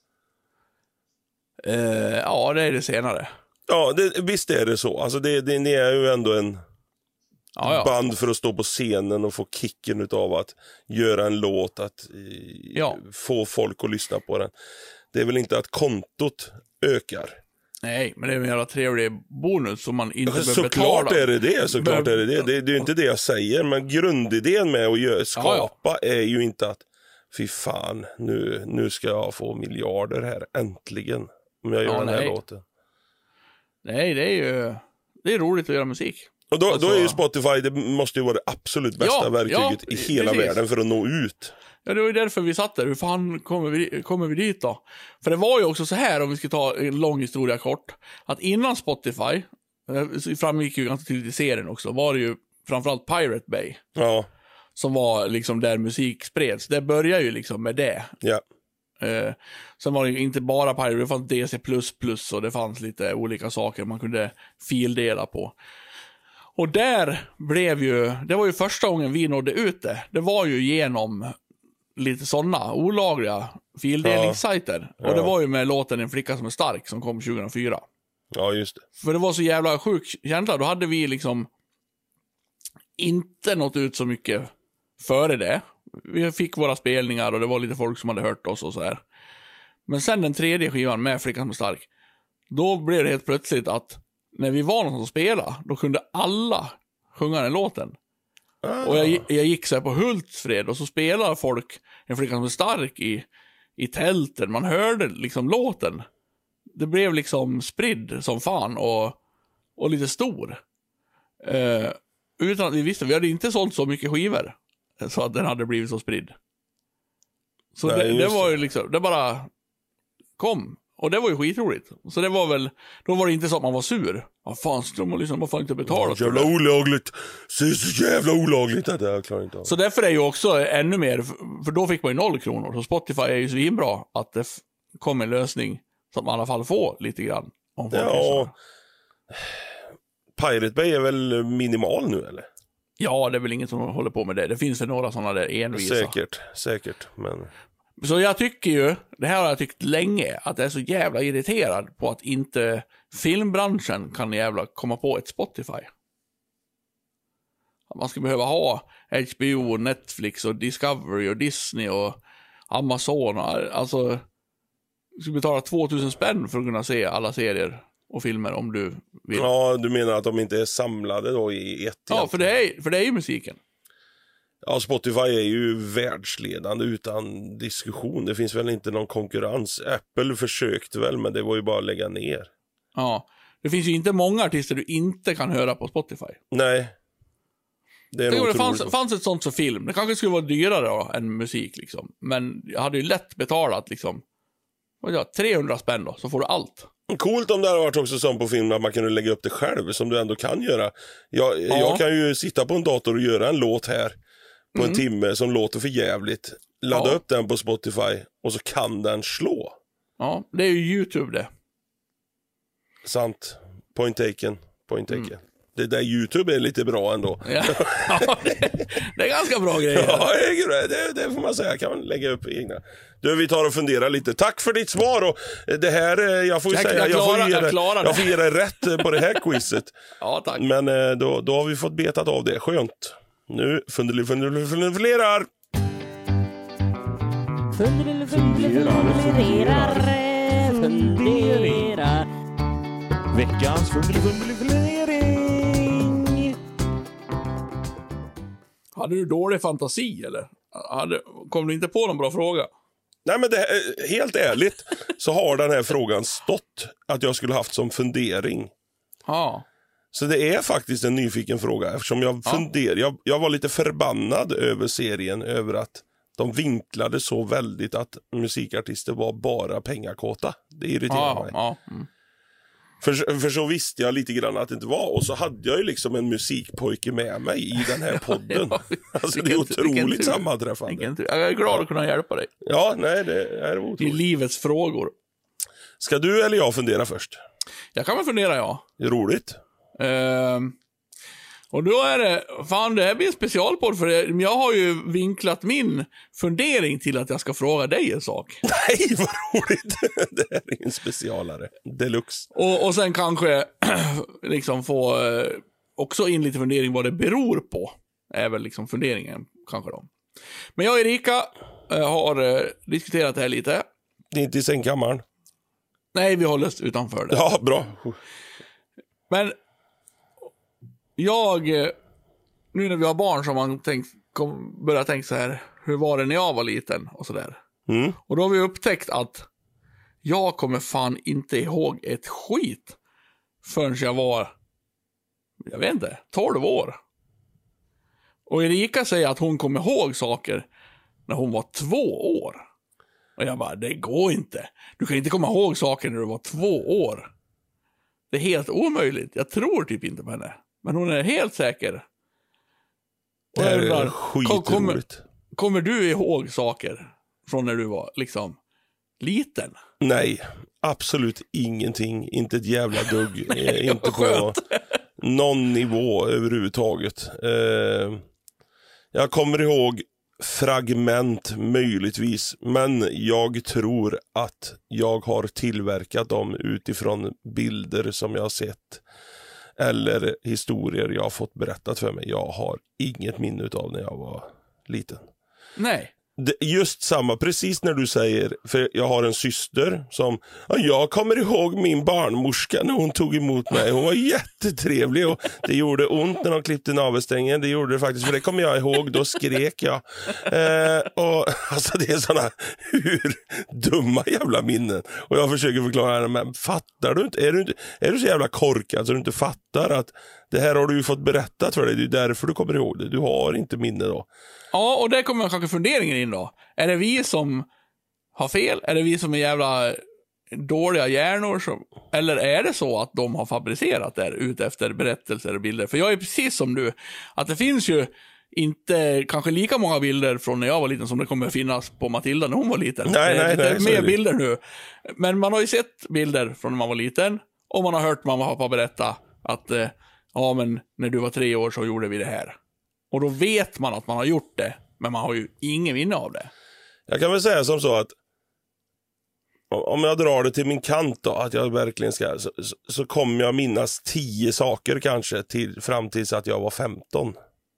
Uh, ja, det är det senare. Ja, det, visst är det så. Alltså det, det, ni är ju ändå en ja, ja. band för att stå på scenen och få kicken utav att göra en låt, att ja. få folk att lyssna på den. Det är väl inte att kontot ökar. Nej, men det är en jävla trevlig bonus som man inte behöver betala. Såklart är det det, såklart är det det. Det, det är ju inte det jag säger, men grundidén med att göra, skapa ja, ja. är ju inte att fy fan, nu, nu ska jag få miljarder här, äntligen, om jag gör ja, den här nej. låten. Nej, det är ju det är roligt att göra musik. Och då, alltså, då är ju Spotify, det måste ju vara det absolut bästa ja, verktyget ja, i hela precis. världen för att nå ut. Ja, det var ju därför vi satt där. Hur fan kommer vi, kommer vi dit då? För det var ju också så här, om vi ska ta en lång historia kort, att innan Spotify, det framgick ju ganska tydligt i serien också, var det ju framförallt Pirate Bay. Ja. Som var liksom där musik spreds. Det började ju liksom med det. Ja. Eh, sen var det ju inte bara Pirate, det fanns D C plus plus och det fanns lite olika saker man kunde fildela på. Och där blev ju, det var ju första gången vi nådde ut det. Det var ju genom lite sådana olagliga fildelningssajter. Ja, ja. Och det var ju med låten En flicka som är stark som kom tjugohundrafyra. Ja, just det. För det var så jävla sjuk känsla. Då hade vi liksom inte nått ut så mycket före det. Vi fick våra spelningar och det var lite folk som hade hört oss och så här. Men sen den tredje skivan med Flickan som är stark, då blev det helt plötsligt att när vi var någon som spelade, då kunde alla sjunga den låten. Ah. Och jag, jag gick så här på Hultsfred och så spelade folk En flicka som är stark i, i tälten. Man hörde liksom låten. Det blev liksom spridd som fan och, och lite stor. Uh, utan att vi visste, vi hade inte sålt så mycket skivor så att den hade blivit så spridd. Så Nej, det, det var ju liksom, det bara kom. Och det var ju skitroligt. Så det var väl, då var det inte så att man var sur. Vad fan, ska man liksom, man får inte betala. Ja, jävla olagligt. Så, så jävla olagligt att jag klarar inte av. Så därför är ju också ännu mer, för då fick man ju noll kronor. Så Spotify är ju så inbra att det f- kom en lösning så att man i alla fall får lite grann. Om ja, Pirate Bay är väl minimal nu, eller? Ja, det är väl ingen som håller på med det. Det finns väl några sådana där envisa. Säkert, säkert, men... Så jag tycker ju, det här har jag tyckt länge, att jag är så jävla irriterad på att inte filmbranschen kan jävla komma på ett Spotify. Att man ska behöva ha H B O, Netflix och Discovery och Disney och Amazon. Alltså, du ska betala tvåtusen spänn för att kunna se alla serier och filmer om du vill. Ja, du menar att de inte är samlade då i ett? Ja, för det är, för det är ju musiken. Ja, Spotify är ju världsledande utan diskussion. Det finns väl inte någon konkurrens. Apple försökte väl, men det var ju bara att lägga ner. Ja, det finns ju inte många artister du inte kan höra på Spotify. Nej. Det, är det fanns, fanns ett sånt för film. Det kanske skulle vara dyrare då, än musik liksom. Men jag hade ju lätt betalat liksom, vad jag, trehundra spänn då, så får du allt. Coolt om det hade varit också som på film att man kunde lägga upp det själv, som du ändå kan göra. Jag, ja. jag kan ju sitta på en dator och göra en låt här på mm. en timme som låter för jävligt. Ladda ja. upp den på Spotify och så kan den slå. Ja, det är ju YouTube det. Sant. Point taken. Point taken. Mm. Det där YouTube är lite bra ändå. Ja, ja det, det är ganska bra grejer. Ja, det, det får man säga. Kan man lägga upp egna. Du, vi tar och funderar lite. Tack för ditt svar. Och det här, jag får ju jag, säga, jag, klara, jag, får ge det, jag, jag får ge det rätt på det här quizet. Ja, tack. Men då, då har vi fått betat av det. Skönt. Nu funderar, funderar, funderar. Funderar, funderar, funderar. Veckans fundering. Hade du dålig fantasi eller? Hade, kom du inte på någon bra fråga? Nej, men det, helt ärligt så har den här frågan stått att jag skulle haft som fundering. Ja. Så det är faktiskt en nyfiken fråga, eftersom jag Ja. funderar, jag, jag var lite förbannad över serien, över att de vinklade så väldigt att musikartister var bara pengakåta. Det irriterar Ja, mig. ja. Mm. För, för så visste jag lite grann att det inte var. Och så hade jag ju liksom en musikpojke med mig i den här podden. Ja, Alltså det är vilken- vilken otroligt tur. sammanträffande. Vilken tur. Jag är glad att kunna hjälpa dig Ja, nej, det är i otroligt. livets frågor. Ska du eller jag fundera först? Jag kan väl fundera, ja. Det är roligt. Ehm, och då är det, fan det här blir en specialpodd för det. Jag har ju vinklat min fundering till att jag ska fråga dig en sak. Nej, vad roligt. Det här är en specialare. Deluxe. Och, och sen kanske liksom få eh, också in lite fundering vad det beror på. Är väl liksom funderingen kanske då. Men jag och Erika eh, har eh, diskuterat det här lite. Det är inte i sängkammaren. Nej, vi håller oss utanför det. Ja, bra. Men jag, eh, nu när vi har barn så har man tänkt, kom, börjat tänka så här, hur var det när jag var liten och sådär. Mm. Och då har vi upptäckt att jag kommer fan inte ihåg ett skit förrän jag var, jag vet inte, tolv år. Och Erika säger att hon kommer ihåg saker när hon var två år. Och jag bara, det går inte. Du kan inte komma ihåg saker när du var två år. Det är helt omöjligt. Jag tror typ inte på henne. Men hon är helt säker. Och Det jag är undrar, kom, kommer, skitroligt. kommer du ihåg saker från när du var liksom liten? Nej, absolut ingenting. Inte ett jävla dugg. Eh, inte på skönt. någon nivå överhuvudtaget. Eh, jag kommer ihåg fragment möjligtvis, men jag tror att jag har tillverkat dem utifrån bilder som jag har sett eller historier jag har fått berättat för mig. Jag har inget minne av när jag var liten. Nej. Det, just samma, precis när du säger, för jag har en syster som, ja, jag kommer ihåg min barnmorska när hon tog emot mig. Hon var jättetrevlig och det gjorde ont när de klippte navelsträngen. Det gjorde det faktiskt, för det kommer jag ihåg, då skrek jag. Eh, och alltså det är sådana hur dumma jävla minnen. Och jag försöker förklara henne, men fattar du inte? Är du inte, är du så jävla korkad så du inte fattar att det här har du ju fått berättat för dig, det är därför du kommer ihåg det. Du har inte minne då. Ja, och där kommer kanske funderingen in då. Är det vi som har fel? Är det vi som är jävla dåliga hjärnor? Som... Eller är det så att de har fabricerat det ut efter berättelser och bilder? För jag är precis som du. Att det finns ju inte kanske lika många bilder från när jag var liten som det kommer finnas på Matilda när hon var liten. Nej, det är nej, lite nej, så mer är det. bilder nu. Men man har ju sett bilder från när man var liten. Och man har hört mamma och pappa berätta att eh, ja, men när du var tre år så gjorde vi det här. Och då vet man att man har gjort det, men man har ju ingen minne av det. Jag kan väl säga som så att om jag drar det till min kant då, att jag verkligen ska, så, så kommer jag minnas tio saker kanske till, fram tills att jag var femton.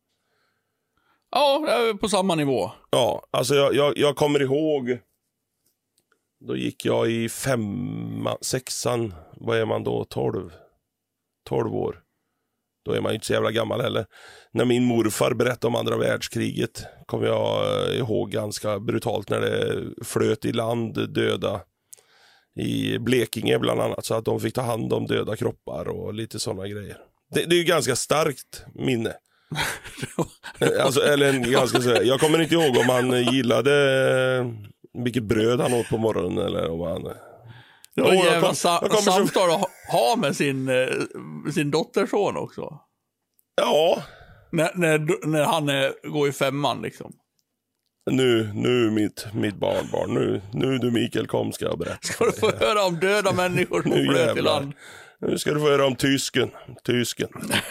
Ja, på samma nivå. Ja, alltså jag, jag, jag kommer ihåg, då gick jag i femma, sexan, vad är man då, tolv, tolv år. Då är man ju inte så jävla gammal heller. När min morfar berättade om andra världskriget kommer jag ihåg ganska brutalt när det flöt i land döda i Blekinge bland annat, så att de fick ta hand om döda kroppar och lite sådana grejer. Det, det är ju ganska starkt minne. Alltså, eller en, ganska så, jag kommer inte ihåg om han gillade vilket bröd han åt på morgonen eller om han... Det var Åh, en jag jävla kom- sa- jag kommer så- samtal att ha- ha med sin, eh, sin dotterson också. Ja, När, när, när han är, går i femman liksom. nu, nu mitt, mitt barnbarn, nu, nu du Mikael kom ska jag berätta. Ska du få höra om döda människor som Nu flöt i jävlar. land. Nu ska du få höra om tysken. Tysken.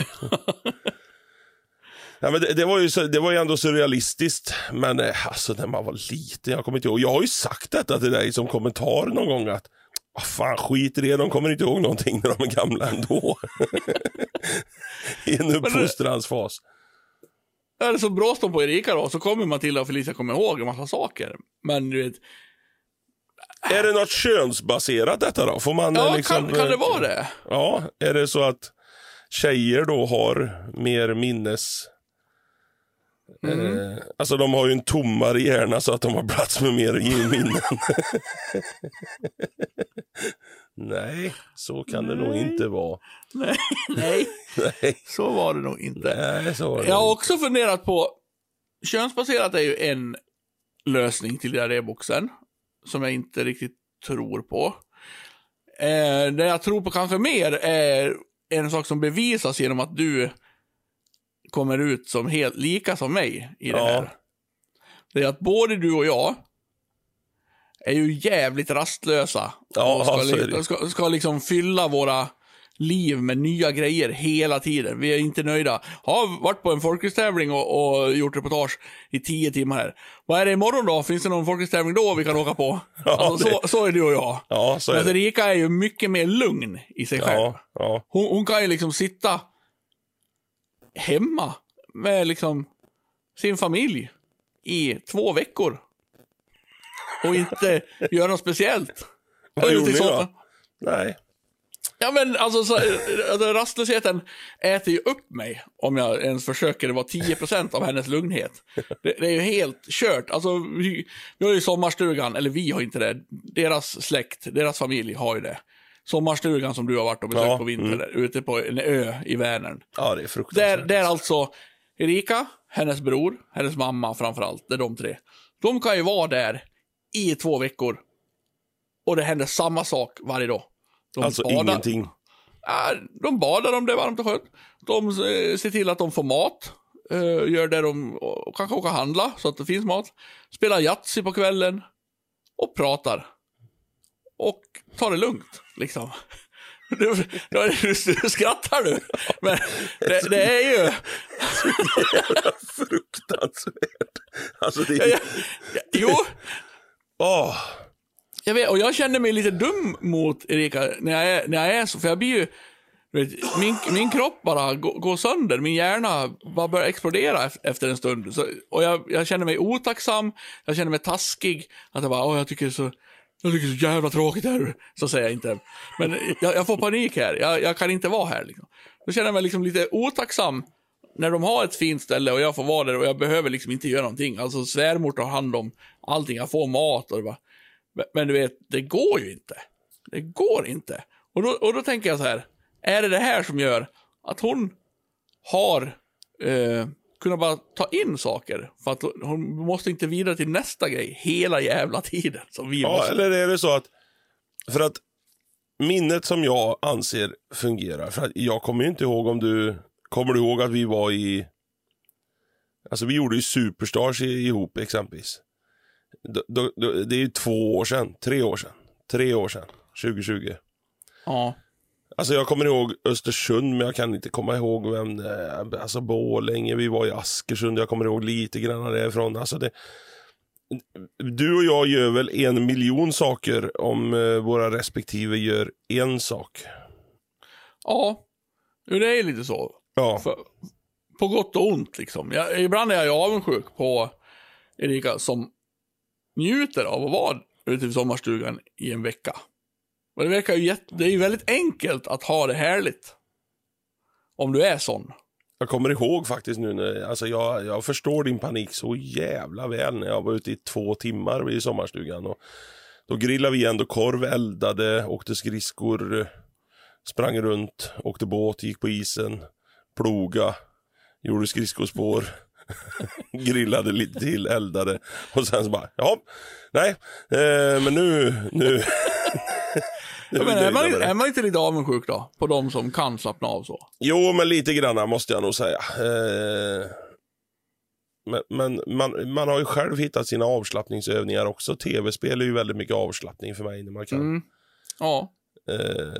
Ja, men det, det, var ju så, det var ju ändå surrealistiskt. Men eh, alltså när man var liten, jag kommer inte ihåg. Jag har ju sagt detta till dig som kommentar någon gång att ah, fan skit i det, de kommer inte ihåg någonting när de är gamla ändå. I en uppfostransfas. Är det så bråstom på Erika då, så kommer Matilda och Felicia komma ihåg en massa saker. Men du vet, Är det något könsbaserat detta då? Får man ja, eh, liksom, kan, kan det vara det? Ja, är det så att tjejer då har mer minnes... Mm. Eh, alltså de har ju en tommare hjärna så att de har plats med mer minnen. Nej, så kan nej. det nog inte vara. Nej, nej. nej. Så var det nog inte. Nej, så var det Jag har nog. också funderat på, könsbaserat är ju en lösning till diarréboxen som jag inte riktigt tror på. Eh, det jag tror på kanske mer är en sak som bevisas genom att du kommer ut som helt lika som mig i det ja. här. Det är att både du och jag är ju jävligt rastlösa. Ja, och ska, så är li- det. ska, ska liksom fylla våra liv med nya grejer hela tiden. Vi är inte nöjda. Har varit på en folkracetävling och, och gjort reportage i tio timmar här. Vad är det imorgon då? Finns det någon folkracetävling då vi kan åka på? Ja, alltså, det... så, så är du och jag. Ja, så är Men det. Erika är ju mycket mer lugn i sig själv. Ja, ja. Hon, hon kan ju liksom sitta hemma med liksom sin familj i två veckor. Och inte göra något speciellt. Vad gjorde ni så... då? Nej. Ja men alltså, så, alltså rastlösheten äter ju upp mig om jag ens försöker vara tio procent av hennes lugnhet. Det, det är ju helt kört. Alltså vi, vi har ju sommarstugan, eller vi har inte det. Deras släkt, deras familj har ju det. Sommarstugan som du har varit och besökt ja, på vintern mm. där, ute på en ö i Vänern. Ja, det är fruktansvärt. Där, där alltså Erika, hennes bror, hennes mamma framförallt, det är de tre. De kan ju vara där i två veckor. Och det händer samma sak varje dag. De alltså badar. ingenting. Ja, de badar om det är varmt och skönt. De eh, ser till att de får mat. Eh, gör det de och kanske åka handla så att det finns mat. Spelar Yatzy på kvällen. Och pratar. Och tar det lugnt, liksom. Du, du, du, du skrattar du. Men det, det är ju... Så jävla fruktansvärt. Alltså det är... Ja, ja, jo... Åh... Oh. Jag vet, och jag känner mig lite dum mot Erika när jag är, när jag är så, för jag blir ju, vet, min, min kropp bara går, går sönder, min hjärna bara börjar explodera efter en stund. Så, och jag, jag känner mig otacksam, jag känner mig taskig, att jag bara, åh, jag tycker så, jag tycker så jävla tråkigt här, så säger jag inte. Men jag, jag får panik här, jag, jag kan inte vara här. Liksom. Då känner jag mig liksom lite otacksam när de har ett fint ställe och jag får vara där och jag behöver liksom inte göra någonting. Alltså svärmor tar hand om allting, jag får mat och det bara... Men du vet, det går ju inte. Det går inte. Och då, och då tänker jag så här, är det det här som gör att hon har eh, kunnat bara ta in saker? För att hon måste inte vidare till nästa grej hela jävla tiden. Som vi ja, måste. Eller är det så att, för att minnet som jag anser fungerar, för att jag kommer ju inte ihåg om du, kommer du ihåg att vi var i, alltså vi gjorde ju Superstars ihop exempelvis. Då, då, då, det är ju två år sedan, tre år sedan, tre år sedan, tjugo tjugo. Ja. Alltså jag kommer ihåg Östersund, men jag kan inte komma ihåg vem, alltså Borlänge, vi var i Askersund, jag kommer ihåg lite grann därifrån. Alltså det, du och jag gör väl en miljon saker om våra respektive gör en sak. Ja, det är lite så. Ja. För, på gott och ont liksom. Jag, ibland är jag ju avundsjuk på Erika som njuter av att vara ute i sommarstugan i en vecka. Och det verkar ju jätte, det är ju väldigt enkelt att ha det härligt. Om du är sån. Jag kommer ihåg faktiskt nu, när, alltså jag, jag förstår din panik så jävla väl när jag var ute i två timmar i sommarstugan. Och då grillade vi ändå korv, eldade, åkte skridskor, sprang runt, åkte båt, gick på isen, ploga, gjorde skridskospår. Grillade lite till, eldade och sen så bara, ja, nej, eh, men nu, nu, nu men är, man, är man inte lite avundsjuk då på de som kan slappna av så? Jo, men lite grann måste jag nog säga. Eh, men men man, man har ju själv hittat sina avslappningsövningar också. Tv-spel är ju väldigt mycket avslappning för mig när man kan. Mm. Ja. Eh,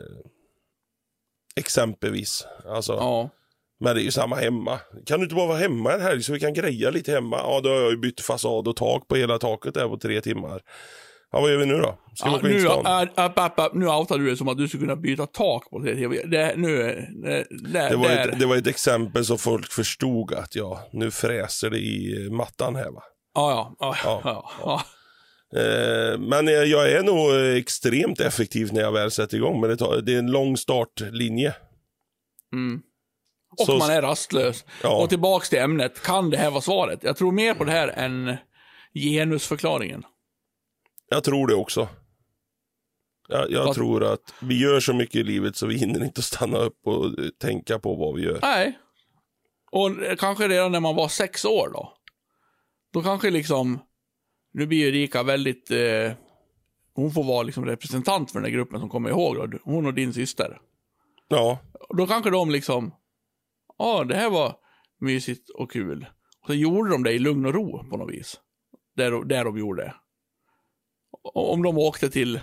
exempelvis, alltså. Ja. Men det är ju samma hemma. Kan du inte bara vara hemma en helg så vi kan greja lite hemma? Ja, då har jag ju bytt fasad och tak på hela taket där på tre timmar. Ja, vad gör vi nu då? Ska ja, vi nu, äh, äh, äh, nu outar du det som att du skulle kunna byta tak på tre timmar. Det, nu, det, där, det, var där. ett, det var ett exempel så folk förstod att ja, nu fräser det i mattan här va? Ja, ja. ja, ja, ja. ja. Eh, men jag är nog extremt effektiv när jag väl sätter igång. Men det, tar, det är en lång startlinje. Mm. Och så, man är rastlös. Ja. Och tillbaks till ämnet. Kan det här vara svaret? Jag tror mer på det här än genusförklaringen. Jag tror det också. Jag, jag tror att vi gör så mycket i livet så vi hinner inte stanna upp och tänka på vad vi gör. Nej. Och kanske redan när man var sex år då. Då kanske liksom, nu blir ju Erika väldigt, eh, hon får vara liksom representant för den här gruppen som kommer ihåg då, hon och din syster. Ja. Då kanske de liksom, ja det här var mysigt och kul. Och så gjorde de det i lugn och ro på något vis. Där, där de gjorde det. Och om de åkte till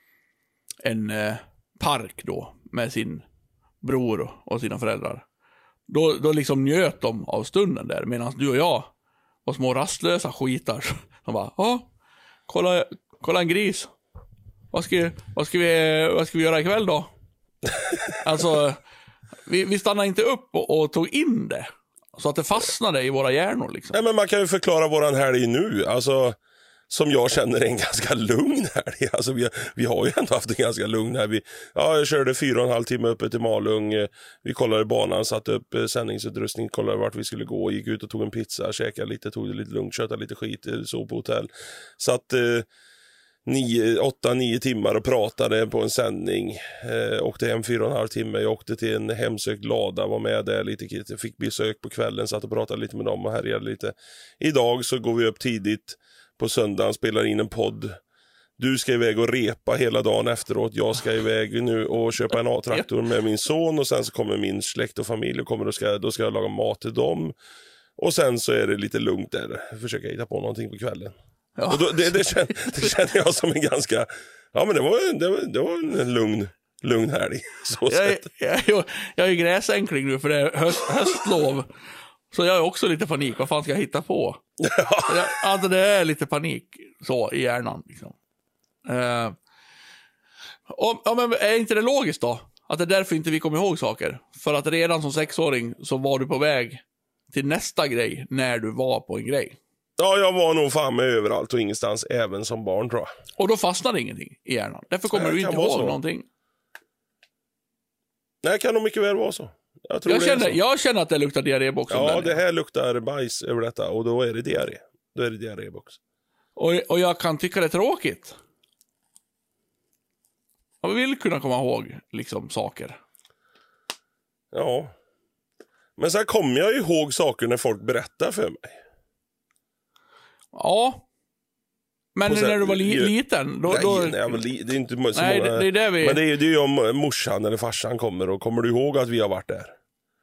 en eh, park då med sin bror och sina föräldrar. Då, då liksom njöt de av stunden där. Medan du och jag var små rastlösa skitar. De bara, ja, kolla, kolla en gris. Vad ska, vad, ska vi, vad ska vi göra ikväll då? Alltså, vi, vi stannade inte upp och, och tog in det. Så att det fastnade i våra hjärnor liksom. Nej, men man kan ju förklara våran helg nu. Alltså, som jag känner är en ganska lugn helg. Alltså, vi, vi har ju ändå haft en ganska lugn här. Vi, ja, jag körde fyra och en halv timme uppe till Malung. Vi kollade banan, satte upp sändningsutrustning, kollade vart vi skulle gå. Gick ut och tog en pizza, käkade lite, tog det lite lugnt, köttade lite skit, sov på hotell. Så att... Eh, Nio, åtta, nio timmar och pratade på en sändning. Eh, åkte hem fyra och en halv timme. Jag åkte till en hemsökt lada, var med där lite, fick besök på kvällen, satt och pratade lite med dem och härjade lite. Idag så går vi upp tidigt på söndagen, spelar in en podd. Du ska iväg och repa hela dagen efteråt. Jag ska iväg nu och köpa en A-traktor med min son, och sen så kommer min släkt och familj och kommer och ska, då ska jag laga mat till dem. Och sen så är det lite lugnt där. Försöka hitta på någonting på kvällen. Ja. Och då, det, det, känner, det känner jag som en ganska... Ja, men det var, det var, det var en lugn, lugn helg. Så jag, är, jag, jag, jag är gräsänkling nu för det är höst, höstlov. Så jag är också lite panik. Vad fan ska jag hitta på? Ja. Jag, alltså det är lite panik så i hjärnan. Liksom. Uh, och, ja, men är inte det logiskt då? Att det är därför inte vi kommer ihåg saker. För att redan som sexåring så var du på väg till nästa grej när du var på en grej. Ja, jag var nog fan med överallt och ingenstans, även som barn tror jag. Och då fastnade ingenting i hjärnan. Därför kommer du inte ihåg så. Någonting. Nej, det kan nog mycket väl vara så. Jag, tror jag, det känner, är så. jag känner att det luktar diarrébox. Ja, det här luktar bajs över detta, och då är det diarré. Då är det diarrébox. Och, och jag kan tycka det är tråkigt. Jag vill kunna komma ihåg liksom saker. Ja. Men sen kommer jag ihåg saker när folk berättar för mig. Ja. Men sen, när du var li- ju, liten då, nej, då... nej, men li, det är inte så nej, många. Det, det är det vi... Men det är, det är ju om morsan eller farsan kommer, och kommer du ihåg att vi har varit där?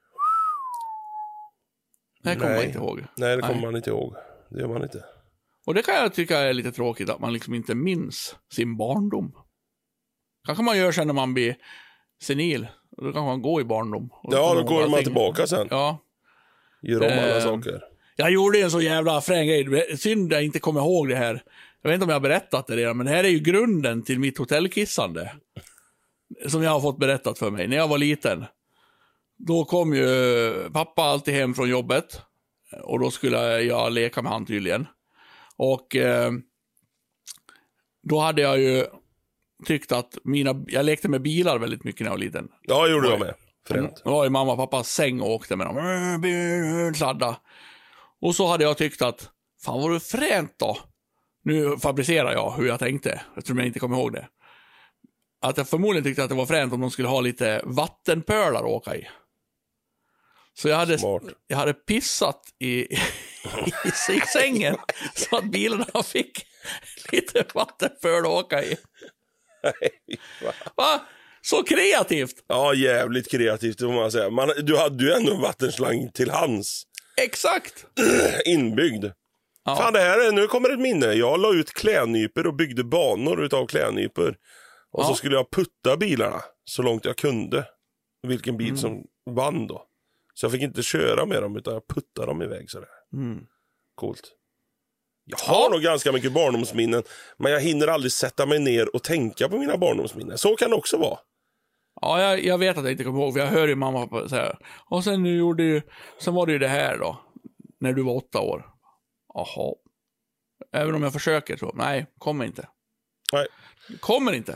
Det kommer man inte ihåg. Nej, det kommer nej. man inte ihåg. Det gör man inte. Och det kan jag tycka är lite tråkigt, att man liksom inte minns sin barndom. Kanske man gör sen när man blir senil. Då kan man gå i barndom. Ja, då går man tillbaka sen. Ja. Gör om alla eh, saker. Jag gjorde en så jävla frän grej. Synd jag inte kommer ihåg det här. Jag vet inte om jag har berättat det redan, men det här är ju grunden till mitt hotellkissande. Som jag har fått berättat för mig. När jag var liten. Då kom ju pappa alltid hem från jobbet. Och då skulle jag leka med han tydligen. Och eh, då hade jag ju tyckt att mina... Jag lekte med bilar väldigt mycket när jag var liten. Ja, gjorde jag med. Fränt. Då var ju mamma och pappas säng och åkte med dem. Sladda. Och så hade jag tyckt att, fan var det fränt då? Nu fabricerar jag hur jag tänkte. Jag tror jag inte kommer ihåg det. Att jag förmodligen tyckte att det var fränt om de skulle ha lite vattenpölar att åka i. Så jag hade, jag hade pissat i, i, i sängen så att bilarna fick lite vattenpöl att åka i. Va? Så kreativt. Ja, jävligt kreativt får man säga. Man, du hade ju ändå en vattenslang till hands. Exakt. Inbyggd. Ja. Fan, det här är, nu kommer ett minne. Jag la ut klädnyper och byggde banor utav klädnyper. Och ja. så skulle jag putta bilarna så långt jag kunde. Vilken bil mm. som vann då. Så jag fick inte köra med dem, utan jag puttade dem iväg sådär. Mm. Coolt. Jag har ja. nog ganska mycket barndomsminnen, men jag hinner aldrig sätta mig ner och tänka på mina barndomsminnen. Så kan det också vara. Ja, jag, jag vet att jag inte kommer ihåg, för jag hör ju mamma säga. Och sen, nu gjorde ju, sen var det ju det här då, när du var åtta år. Jaha. Även om jag försöker så, nej, kommer inte. Nej. Kommer inte.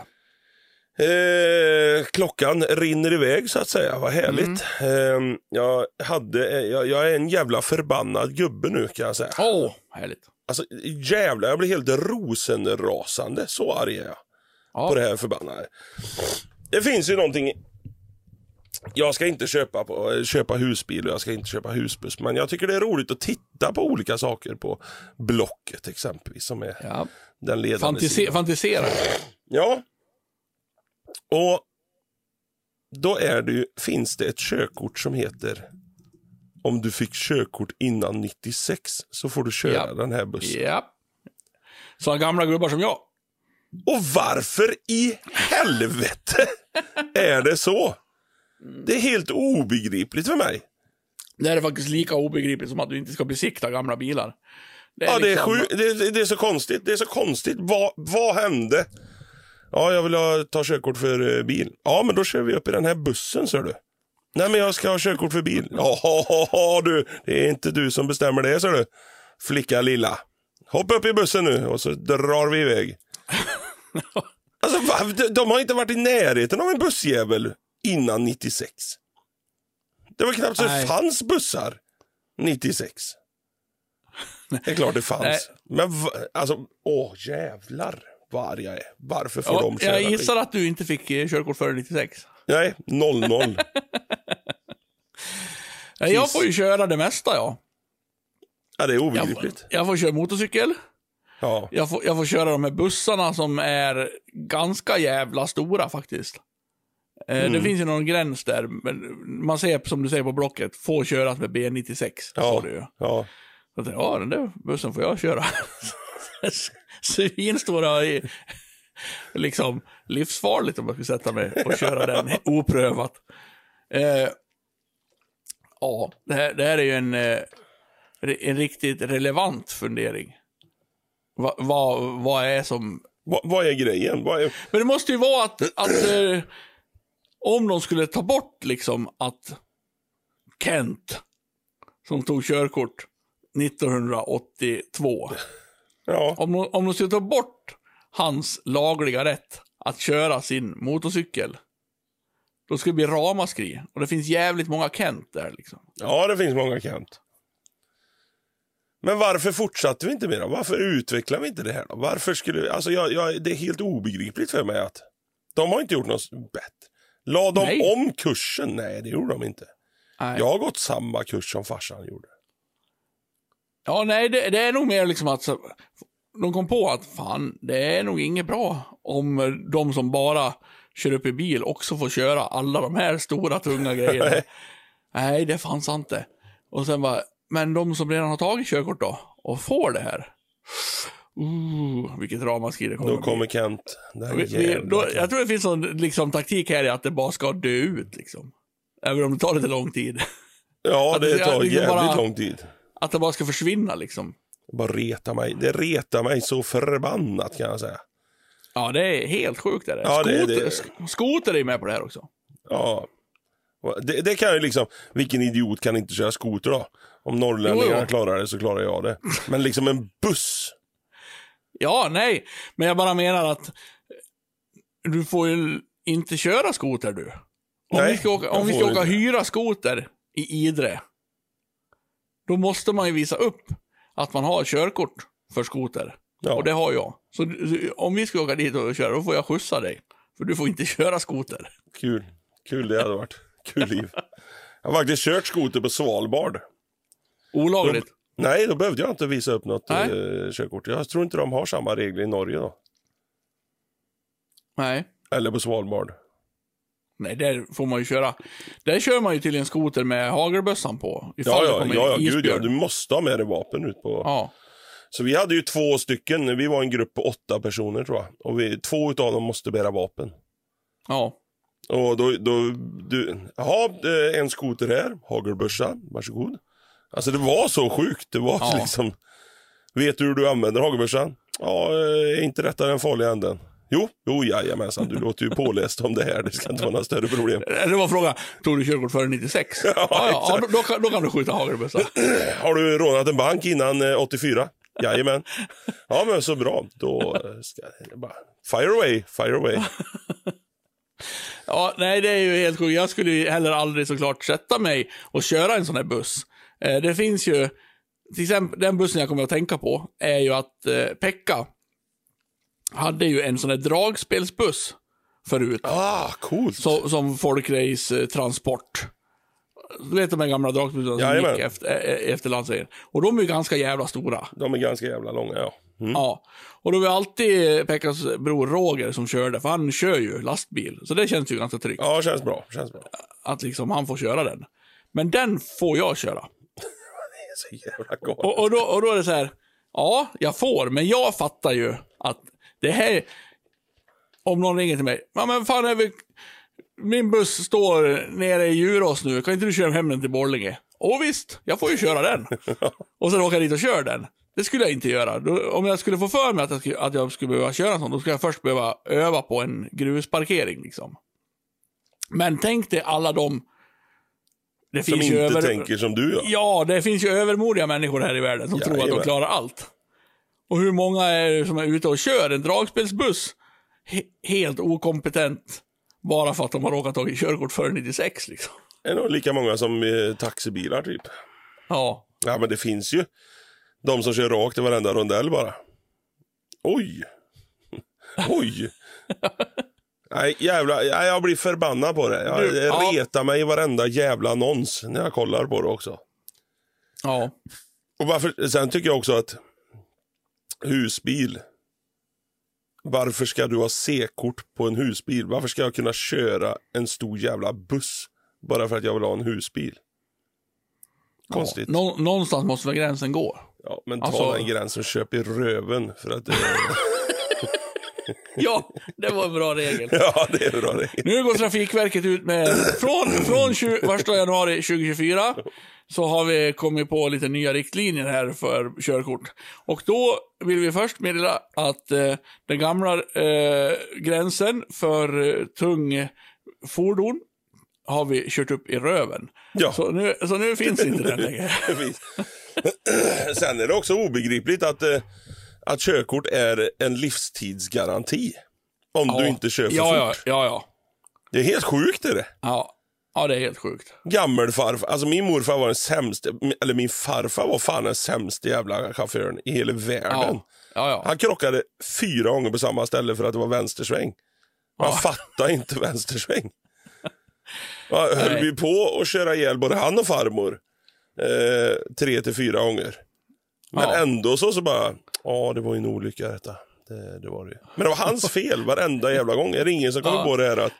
Eh, klockan rinner iväg så att säga, vad härligt. Mm. Eh, jag, hade, jag, jag är en jävla förbannad gubbe nu kan jag säga. Åh, oh, härligt. Alltså jävla, jag blir helt rosenrasande, så arg är jag. Ja. På det här förbannade. Det finns ju någonting. Jag ska inte köpa, på, köpa husbil och jag ska inte köpa husbuss. Men jag tycker det är roligt att titta på olika saker på Blocket exempelvis. Som är Ja. den ledande Fantise- sidan. fantisera. Ja. Och då är det ju, finns det ett körkort som heter om du fick körkort innan nittiosex så får du köra Ja. den här bussen. Ja. Sådana gamla gubbar som jag. Och varför i helvete är det så? Det är helt obegripligt för mig. Det är faktiskt lika obegripligt som att du inte ska besikta gamla bilar. Det är Ja, det är, liksom- sju, det, det är så konstigt. Det är så konstigt. Vad, vad hände? Ja, jag vill ha, ta körkort för eh, bil. Ja, men då kör vi upp i den här bussen, så du. Nej, men jag ska ha körkort för bil. Ja, du. Det är inte du som bestämmer det, så du. Flicka lilla. Hoppa upp i bussen nu och så drar vi iväg. Alltså, va? De, de har inte varit i närheten av en bussjävel innan nittiosex. Det var knappt så det Nej. fanns bussar nittiosex. Det är klart det fanns. Nej. Men va, alltså, åh jävlar vad arg jag är. Varför får Ja, de köra? jag gissar att du inte fick eh, körkort före nittiosex. Nej, noll noll. Nej, jag får ju köra det mesta, ja. Ja, det är Jag får, obegripligt. jag får köra motorcykel. Ja. Jag får, jag får köra de här bussarna som är ganska jävla stora faktiskt. Eh, Mm. Det finns ju någon gräns där. Men man ser, som du säger på Blocket, får köras med B nittiosex. Ja. Sa du ju. Ja. Så att, ja, den där bussen får jag köra. Svinstora i liksom livsfarligt om jag skulle sätta mig och köra den oprövat. Eh, ja, det här, det här är ju en, eh, en riktigt relevant fundering. Va, vad, vad är som... Va, vad är grejen? Vad är... Men det måste ju vara att, att eh, om de skulle ta bort liksom att Kent, som tog körkort nittonhundraåttiotvå, Ja. om de, om de skulle ta bort hans lagliga rätt att köra sin motorcykel, då skulle det bli ramaskri. Och det finns jävligt många Kent där liksom. ja, det finns många Kent. Men varför fortsatte vi inte med det? Varför utvecklar vi inte det här då? Varför skulle... Alltså, jag, jag, det är helt obegripligt för mig att de har inte gjort något bättre. La de Nej. om kursen? Nej, det gjorde de inte. Nej. Jag har gått samma kurs som farsan gjorde. Ja, nej, det, det är nog mer liksom att så, de kom på att fan, det är nog inget bra om de som bara kör upp i bil också får köra alla de här stora, tunga grejerna. Nej, det fanns inte. Och sen bara, men de som redan har tagit körkort då, och får det här. Uh, vilket ramaskri det kommer Då bli. kommer Kent. Den Vi, vi, jävla då, Kent. jag tror det finns en liksom, taktik här i att det bara ska dö ut liksom. Även om det tar lite lång tid. Ja, att det det- tar liksom jävligt bara- lång tid. Att det bara ska försvinna liksom. Det bara retar mig. Det retar mig så förbannat, kan jag säga. Ja, det är helt sjukt. Är det. Ja, det- Skoter, det- sk- skoter är ju med på det här också. Ja. Det, det kan ju liksom, vilken idiot kan inte köra skoter då? Om norrlänningarna Jo, jo. klarar det så klarar jag det. Men liksom en buss. Ja, nej. Men jag bara menar att du får ju inte köra skoter du. Om Nej, vi ska åka, om jag vi får ska åka inte. hyra skoter i Idre, då måste man ju visa upp att man har körkort för skoter. Ja. Och det har jag. Så du- om vi ska åka dit och köra, då får jag skjutsa dig. För du får inte köra skoter. Kul. Kul det hade varit. Kul liv. Jag har faktiskt kört skoter på Svalbard. Olagligt. Nej, då behövde jag inte visa upp något Nej. eh, körkort. Jag tror inte de har samma regler i Norge då. Nej. Eller på Svalbard. Nej, där får man ju köra. Där kör man ju till en skoter med hagelbössan på. Ja, Ifall det ja, kommer ja, en ja gud ja. isbjörn. Du måste ha med dig vapen ut på... Ja. Så vi hade ju två stycken. Vi var en grupp på åtta personer tror jag. Och vi, två utav dem måste bära vapen. Ja. Och då, då du, jaha, eh, en skoter här, hagelbössa, varsågod. Alltså det var så sjukt, det var Ja. liksom, vet du hur du använder hagelbössan? Ja, eh, inte detta den farliga änden. Jo, jo, jajamensan, du låter ju påläst om det här, det ska inte vara några större problem. Det var frågan, tog du körkort före nittiosex? Ja, ja, ja då, då, kan, då kan du skjuta hagelbössa. Har du rånat en bank innan eh, åttiofyra? Jajamän. Ja, men så bra, då eh, ska jag bara, fire away, fire away. Ja, nej, det är ju helt sjukt. Jag skulle ju heller aldrig såklart sätta mig och köra en sån här buss. Eh, det finns ju, till exempel, den bussen jag kommer att tänka på är ju att eh, Pekka, hade ju en sån där dragspelsbuss förut. Ah, coolt. Så, som folkrace transport. Du vet de här gamla dragspelsbussarna som Jajamän. gick efter, efter landsvägen. Och de är ju ganska jävla stora. De är ganska jävla långa, ja. Mm. Ja. Och då var alltid Pekkas bror Roger som körde, för han kör ju lastbil. Så det känns ju ganska tryggt. Ja, känns bra. Känns bra. Att liksom han får köra den. Men den får jag köra. Det är så jävla galet. Och, och, då, och då är det så här, ja, jag får, men jag fattar ju att det här, om någon ringer till mig, ja men fan är vi, min buss står nere i Djurås nu, kan inte du köra hem den till Borlänge? Åh visst, jag får ju köra den. Och sen åker jag dit och kör den. Det skulle jag inte göra. Då, om jag skulle få för mig att jag skulle, att jag skulle behöva köra en sån, då skulle jag först behöva öva på en grusparkering liksom. Men tänk dig alla de det som finns inte ju över... tänker som du gör. Ja, det finns ju övermodiga människor här i världen som Ja, tror att de jajamän. klarar allt. Och hur många är det som är ute och kör en dragspelsbuss he- helt okompetent bara för att de har råkat ta körkort före nittiosex liksom. Det är nog lika många som eh, taxibilar typ. Ja. Ja, men det finns ju de som kör rakt i varenda rondell bara. Oj. Oj. Nej, jävla, nej, jag blir förbannad på det. Jag Du, ja. retar mig i varenda jävla annons när jag kollar på det också. Ja. Och varför, sen tycker jag också att husbil. Varför ska du ha C-kort på en husbil? Varför ska jag kunna köra en stor jävla buss bara för att jag vill ha en husbil? Konstigt. Ja. Nå- någonstans måste väl gränsen gå. Ja, men ta Alltså- den gränsen och köp i röven för att det Ja, det var en bra regel. ja, det är bra det. Nu går Trafikverket ut med, från, från tjugo, första januari tjugohundratjugofyra så har vi kommit på lite nya riktlinjer här för körkort. Och då vill vi först meddela att eh, den gamla eh, gränsen för eh, tung fordon har vi kört upp i röven. Ja. Så, nu, så nu finns inte den längre. Sen är det också obegripligt att, eh, att körkort är en livstidsgaranti. Om Ja. du inte kör för ja, fort. ja, ja, ja. Det är helt sjukt är det. Ja, ja, det är helt sjukt. Gammelfarfar, alltså min morfar var den sämste, eller min farfar var fan den sämste jävla chauffören i hela världen. Ja, ja, ja. Han krockade fyra gånger på samma ställe för att det var vänstersväng. Han Ja. fattade inte vänstersväng. Han höll Nej. vi på att köra ihjäl både han och farmor eh, tre till fyra gånger. Men Ja. ändå så, så bara, ja det var ju en olycka detta. Det, det var det. Men det var hans fel varenda jävla gång. Är det ingen som kommer Ja. på det här att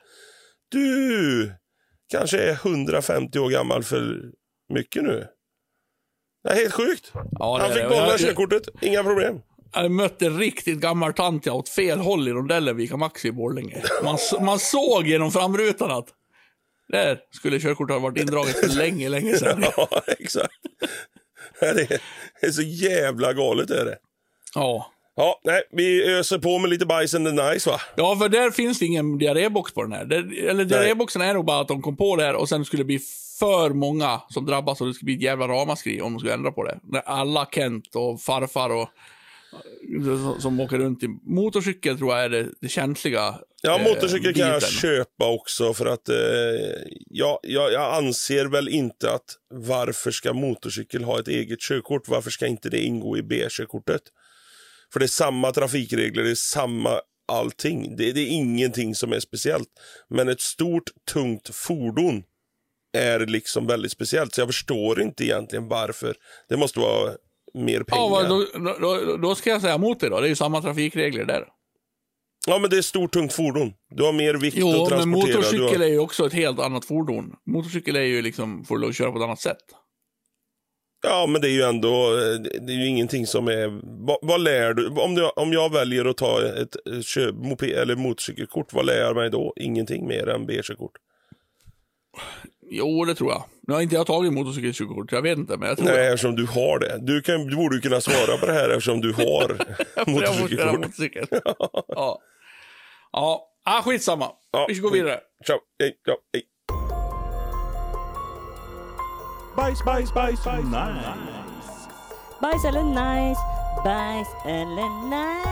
du kanske är hundrafemtio år gammal för mycket nu? Det är helt sjukt. Ja, det Han är fick det. behålla Jag- körkortet, inga problem. Jag mötte en riktigt gammal tant jag åt fel håll i rondellen vid Ica Maxi i Borlänge. Man, s- man såg genom framrutan att där skulle körkortet ha varit indraget för länge, länge sedan. Ja, exakt. Det är, det är så jävla galet är det. Ja. Ja, nej, vi öser på med lite bajs and the nice va? Ja, för där finns det ingen diarrébox på den här. Det, eller diarréboxen är nog bara att de kom på det här och sen skulle det bli för många som drabbas och det skulle bli ett jävla ramaskri om de skulle ändra på det. När alla Kent och farfar och som, som åker runt i motorcykel tror jag är det, det känsliga. Ja, eh, motorcykel kan jag biten. köpa också för att eh, ja, jag, jag anser väl inte att varför ska motorcykel ha ett eget körkort? Varför ska inte det ingå i B-körkortet? För det är samma trafikregler, det är samma allting. Det, det är ingenting som är speciellt. Men ett stort, tungt fordon är liksom väldigt speciellt. Så jag förstår inte egentligen varför. Det måste vara mer pengar. Ja, vad- då, då, då, då ska jag säga emot det då. Det är ju samma trafikregler där. Ja, men det är ett stort, tungt fordon. Du har mer vikt att Jo, transportera. men Du motorcykel har... är ju också ett helt annat fordon. Motorcykel är ju liksom, får du lov att köra på ett annat sätt. Ja, men det är ju ändå, det är ju ingenting som är, vad, vad lär du, om, du, om jag väljer att ta ett kö, moped eller motorcykelkort, vad lär jag mig då? Ingenting mer än B-körkort. Jo, det tror jag. Nu har inte jag tagit motorcykelkörkort, jag vet inte, men jag tror Nej, jag. eftersom du har det. Du, kan, du borde ju kunna svara på det här eftersom du har Jag får köra motorcykelkort. motorcykel. Ja. Ja, ah, skitsamma. Ja, Vi ska gå vidare. Ciao, hej, ja, hej. Bajs, bajs, bajs, nice. Bajs eller nice, bajs eller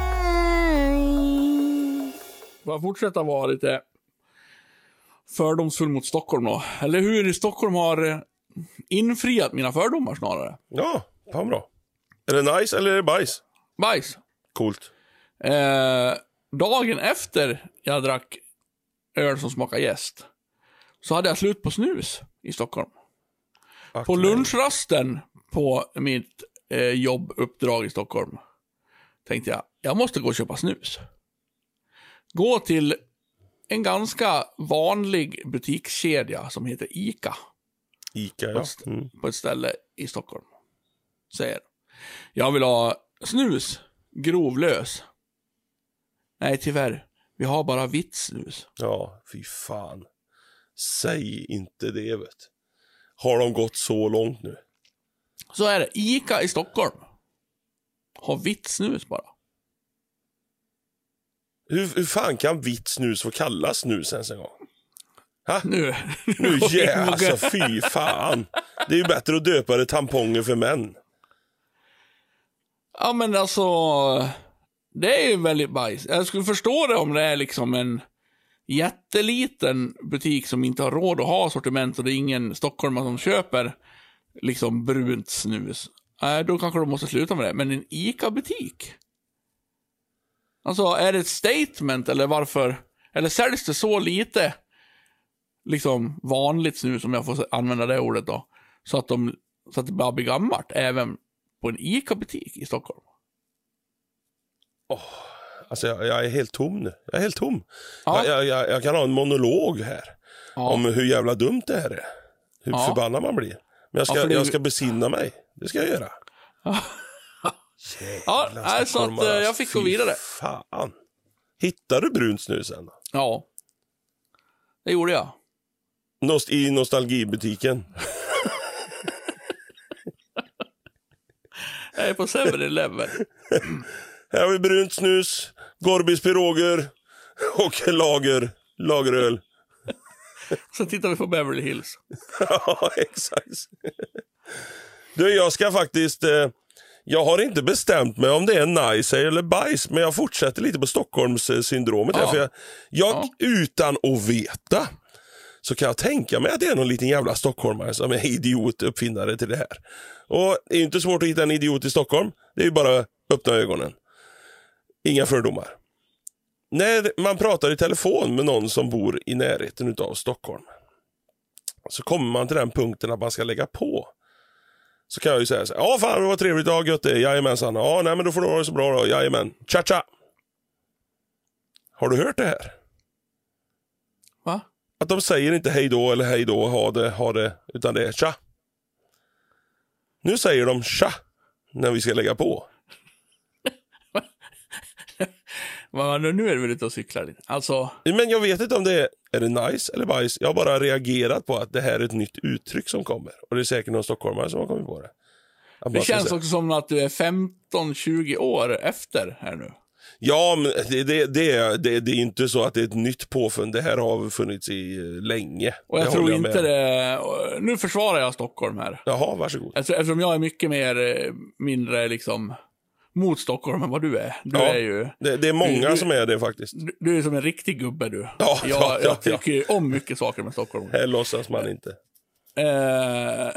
nice. Får jag fortsätta vara lite fördomsfull mot Stockholm då? Eller hur Stockholm har eh, infriat mina fördomar snarare. Ja, fan bra. Är det nice eller är det bajs? Bajs. Coolt. Eh, dagen efter jag drack öl som smakar jäst så hade jag slut på snus i Stockholm. Okay. På lunchrasten på mitt eh, jobbuppdrag i Stockholm tänkte jag, jag måste gå och köpa snus. Gå till en ganska vanlig butikskedja som heter Ica. Ica, ja. På ett, mm. på ett ställe i Stockholm. Säger, jag vill ha snus, grovlös. Nej, tyvärr. Vi har bara vitt snus. Ja, fy fan. Säg inte det, vet. Har de gått så långt nu? Så är det. Ica i Stockholm har vitt snus bara. Hur, hur fan kan vitt snus få kallas snus ens en gång? Ha? Nu. Nu yeah, alltså fy fan. Det är ju bättre att döpa det tamponger för män. Ja, men alltså... Det är ju väldigt bajs. Jag skulle förstå det om det är liksom en jätteliten butik som inte har råd att ha sortiment och det är ingen stockholmare som köper liksom brunt snus. Äh, då kanske de måste sluta med det. Men en Ica-butik? Alltså, är det ett statement eller varför? Eller säljs det så lite liksom vanligt snus, om jag får använda det ordet då, så att, de, så att det bara blir gammalt även på en Ica-butik i Stockholm? Oh, alltså jag, jag är helt tom nu. Jag är helt tom. Ja. Jag, jag, jag kan ha en monolog här ja. om hur jävla dumt det här är. Hur ja. förbannad man blir. Men jag ska, ja, det... jag ska besinna mig. Det ska jag göra. Ja, ja alltså att uh, jag fick gå vidare. Fan. Hittar du brunt snus än? Ja. Det gjorde jag. Nost- I nostalgibutiken. Jag är på seven eleven. Här har vi brunt snus, Gorbis piroger och lager, lageröl. Så tittar vi på Beverly Hills. Ja, exakt. Du, jag ska faktiskt... Eh, jag har inte bestämt mig om det är nice eller bajs, men jag fortsätter lite på Stockholmssyndromet. Ja. För jag, jag ja. utan att veta, så kan jag tänka mig att det är någon liten jävla stockholmare som är idiot uppfinnare till det här. Och det är inte svårt att hitta en idiot i Stockholm. Det är ju bara att öppna ögonen. Inga fördomar. När man pratar i telefon med någon som bor i närheten av Stockholm, så kommer man till den punkten att man ska lägga på. Så kan jag ju säga så här: ja fan, det var trevligt, ja gött det, jajamensan. Ja, nej men då får du ha det så bra då, jajamän. Tja tja. Har du hört det här? Va? Att de säger inte hej då eller hej då, ha det, ha det, utan det är tja. Nu säger de tja när vi ska lägga på. Men nu är det väl lite att cykla lite. Alltså... Men jag vet inte om det är, är det nice eller bajs. Jag har bara reagerat på att det här är ett nytt uttryck som kommer. Och det är säkert någon stockholmare som har kommit på det. Det känns också som att du är femton tjugo år efter här nu. Ja, men det, det, det, det, det är inte så att det är ett nytt påfund. Det här har funnits i länge. Och jag det tror jag inte det... Nu försvarar jag Stockholm här. Jaha, varsågod. Eftersom jag är mycket mer, mindre liksom... mot Stockholm än vad du är. Du ja, är ju... Det, det är många du, som är det faktiskt. Du, du är som en riktig gubbe du. Ja, jag ja, jag ja, tycker ja. om mycket saker med Stockholm. Här låtsas man inte. Eh...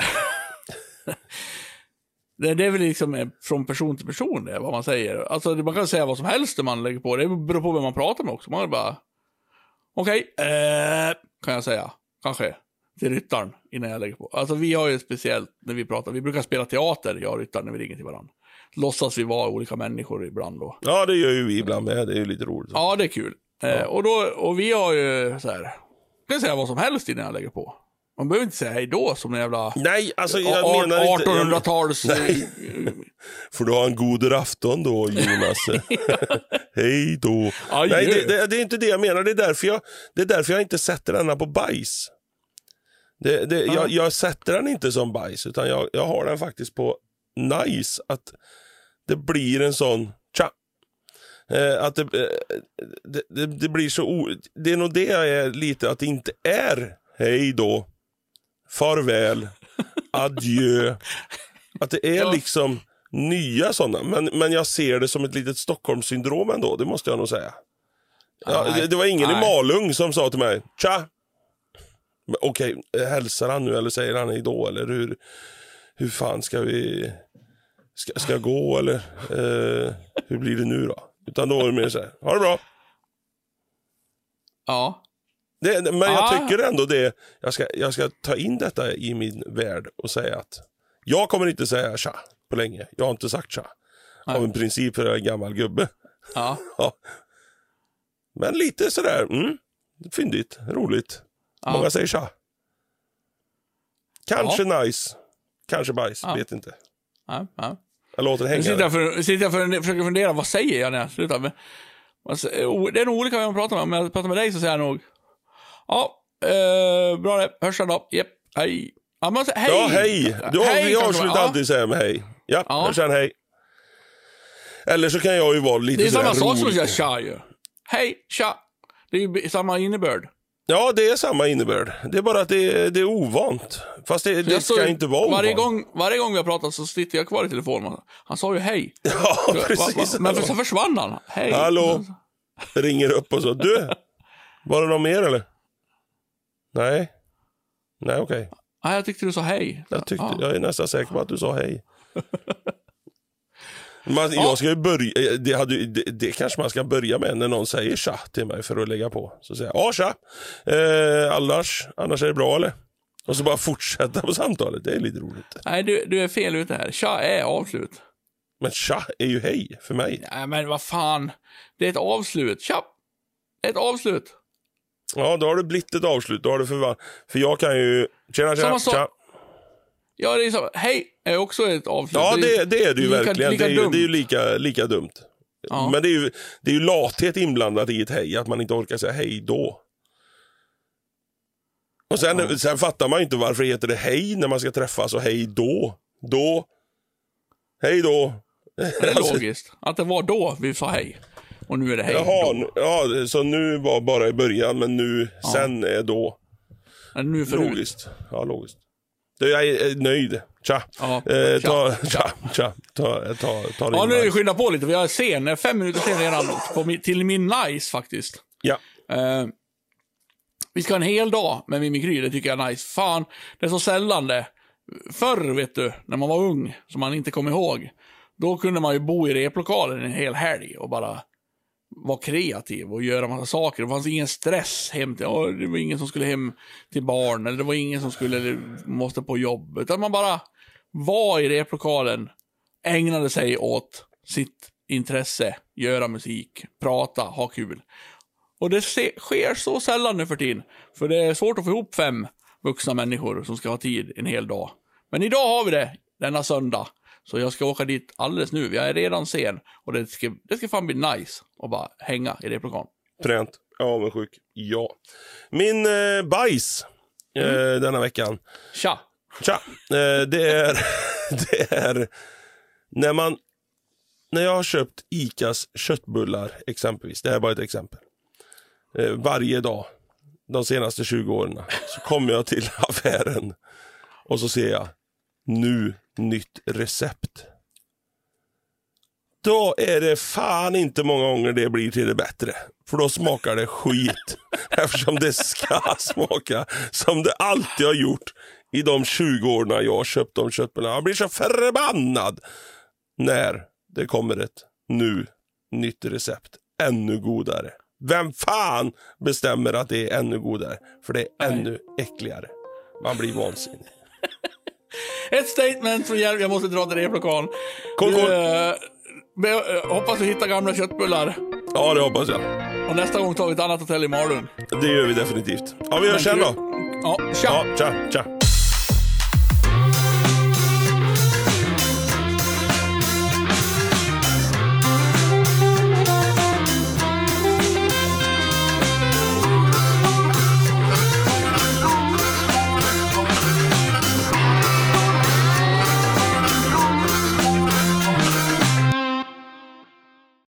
det, det är väl liksom från person till person det, vad man säger. Alltså man kan säga vad som helst när man lägger på. Det beror på vem man pratar med också. Man är bara... Okej, okay, eh... kan jag säga. Kanske. Till ryttaren innan jag lägger på. Alltså vi har ju speciellt när vi pratar. Vi brukar spela teater, jag och ryttaren, när vi ringer till varandra. Låtsas vi vara olika människor ibland då. Ja, det gör ju vi ibland med. Det är ju lite roligt. Ja, det är kul. Ja. Eh, och, då, och vi har ju så här... Jag kan säga vad som helst innan jag lägger på. Man behöver inte säga hej då som en jävla... Nej, alltså jag a- menar inte... artonhundratals... Nej. Får du ha en god afton då, Jonas? Hej då. Aj, Nej, det, det, det är inte det jag menar. Det är därför jag, det är därför jag inte sätter denna på bajs. Det, det, ja. jag, jag sätter den inte som bajs, utan jag, jag har den faktiskt på nice. Att det blir en sån... Tja. Eh, att det, det, det, det blir så... O, det är nog det jag är lite, att det inte är hej då. Farväl, adjö. Att det är ja. liksom nya sådana. Men, men jag ser det som ett litet Stockholmssyndrom ändå, det måste jag nog säga. Ja, det, det var ingen Nej. i Malung som sa till mig, tja. Okej, okay, hälsar han nu eller säger han hej då? Eller hur, hur fan ska vi... Ska, ska jag gå eller... Eh, hur blir det nu då? Utan då är det mer så här, ha det bra. Ja. Det, men jag Ah. tycker ändå det, jag ska, jag ska ta in detta i min värld och säga att jag kommer inte säga tja på länge. Jag har inte sagt tja. Nej. Av en princip för en gammal gubbe. Ja. Ja. Men lite sådär, mm, fyndigt, roligt. Ja. Många säger tja. Kanske nice, kanske bajs, Ja. vet inte. Ja. Ja. Jag låter det Nu hänga. sitter där. jag, för, sitter jag för, försöker fundera, vad säger jag när jag slutar? Men, alltså, o- det är nog olika vad jag pratar med. Om jag pratar med dig så säger jag nog, ja, eh, bra det, hörs en dag, japp, hej. Ja, man säger, hej. Ja, hej. Du, Hej, jag kan avslutar man- ja. alltid säga med hej. Ja, Ja. jag känner hej. Eller så kan jag ju vara lite Det är samma sådär sak som att rolig. säga tja ju. Hej, tja. Det är ju samma innebörd. Ja, det är samma innebörd. Det är bara att det är, det är ovant. Fast det, det Jag ska så- inte vara varje ovant. gång, varje gång vi har pratat så sitter jag kvar i telefonen. Han sa ju hej. Ja, Va- precis. va- Men för, så försvann han. Hej. Hallå? Ringer upp och så. Du, var det någon mer eller? Nej. Nej, okej. Nej, jag tyckte du sa hej. Jag, tyckte, Ja. jag är nästan säker på att du sa hej. Man, jag ska ju börja, det, hade, det, det kanske man ska börja med när någon säger tja till mig för att lägga på. Så säger jag, ja tja, eh, annars, annars är det bra eller? Och så bara fortsätta på samtalet, det är lite roligt. Nej, du, du är fel ute här. Tja är avslut. Men tja är ju hej för mig. Nej, men vad fan. Det är ett avslut. Tja. Det är ett avslut. Ja, då har det blivit ett avslut, då har det förvan- För jag kan ju, tjena tjena, Samma sak. tja. Ja, det är så. Hej är också ett avslut. Ja, är det, det är det ju lika- verkligen. lika det, är ju, dumt. det är ju lika, lika dumt. Ja. Men det är, ju, det är ju lathet inblandat i ett hej, att man inte orkar säga hej då. Och sen, Ja. sen fattar man ju inte varför heter det hej när man ska träffas och hej då. Då. Hej då. Det är logiskt. Att det var då vi sa hej. Och nu är det hej Jaha, då. nu- ja, så nu var bara i början, men nu, sen är då. Men nu förut. Logiskt. Ja, logiskt. Det, jag är nöjd. Tja. Ja, Eh, tja. ta, tja, tja. Ta, ta, ta det Ja, in nu är det här. skynda på lite. Vi är sen. Fem minuter sen redan på min, till min nice faktiskt. Ja. Eh, vi ska ha en hel dag med mimikry, det tycker jag är nice. Fan, det är så sällan det. Förr, vet du, när man var ung, som man inte kommer ihåg, då kunde man ju bo i replokalen en hel helg och bara vara kreativ och göra massa saker. Det fanns ingen stress hem till, åh, det var ingen som skulle hem till barn, eller det var ingen som skulle, eller måste på jobb, utan man bara var i replokalen, ägnade sig åt sitt intresse, göra musik, prata, ha kul. Och det se- sker så sällan nu för tiden. För det är svårt att få ihop fem vuxna människor som ska ha tid en hel dag. Men idag har vi det, denna söndag. Så jag ska åka dit alldeles nu. Jag är redan sen. Och det ska, det ska fan bli nice att bara hänga i replokalen. Fränt. Ja, men sjuk. Ja. Min eh, bajs eh, Mm. denna veckan. Tja! Tja. Eh, det är det är när man när jag har köpt Icas köttbullar exempelvis. Det här är bara ett exempel. Eh, varje dag de senaste tjugo åren så kommer jag till affären och så ser jag nu nytt recept. Då är det fan inte många gånger det blir till det bättre. För då smakar det skit. Eftersom det ska smaka som det alltid har gjort i de tjugo åren jag har köpt de köttbullarna. Jag blir så förbannad när det kommer ett nu nytt recept. Ännu godare. Vem fan bestämmer att det är ännu godare? För det är ännu äckligare. Man blir vansinnig. Ett statement från Järv, jag måste dra till replokalen. Cool, cool. Eh, be- eh, hoppas du hittar gamla köttbullar. Ja, det hoppas jag. Och nästa gång tar vi ett annat hotell i Malung. Det gör vi definitivt. Ja, vi hörs sen då. Ja, tja! Ja, tja, tja.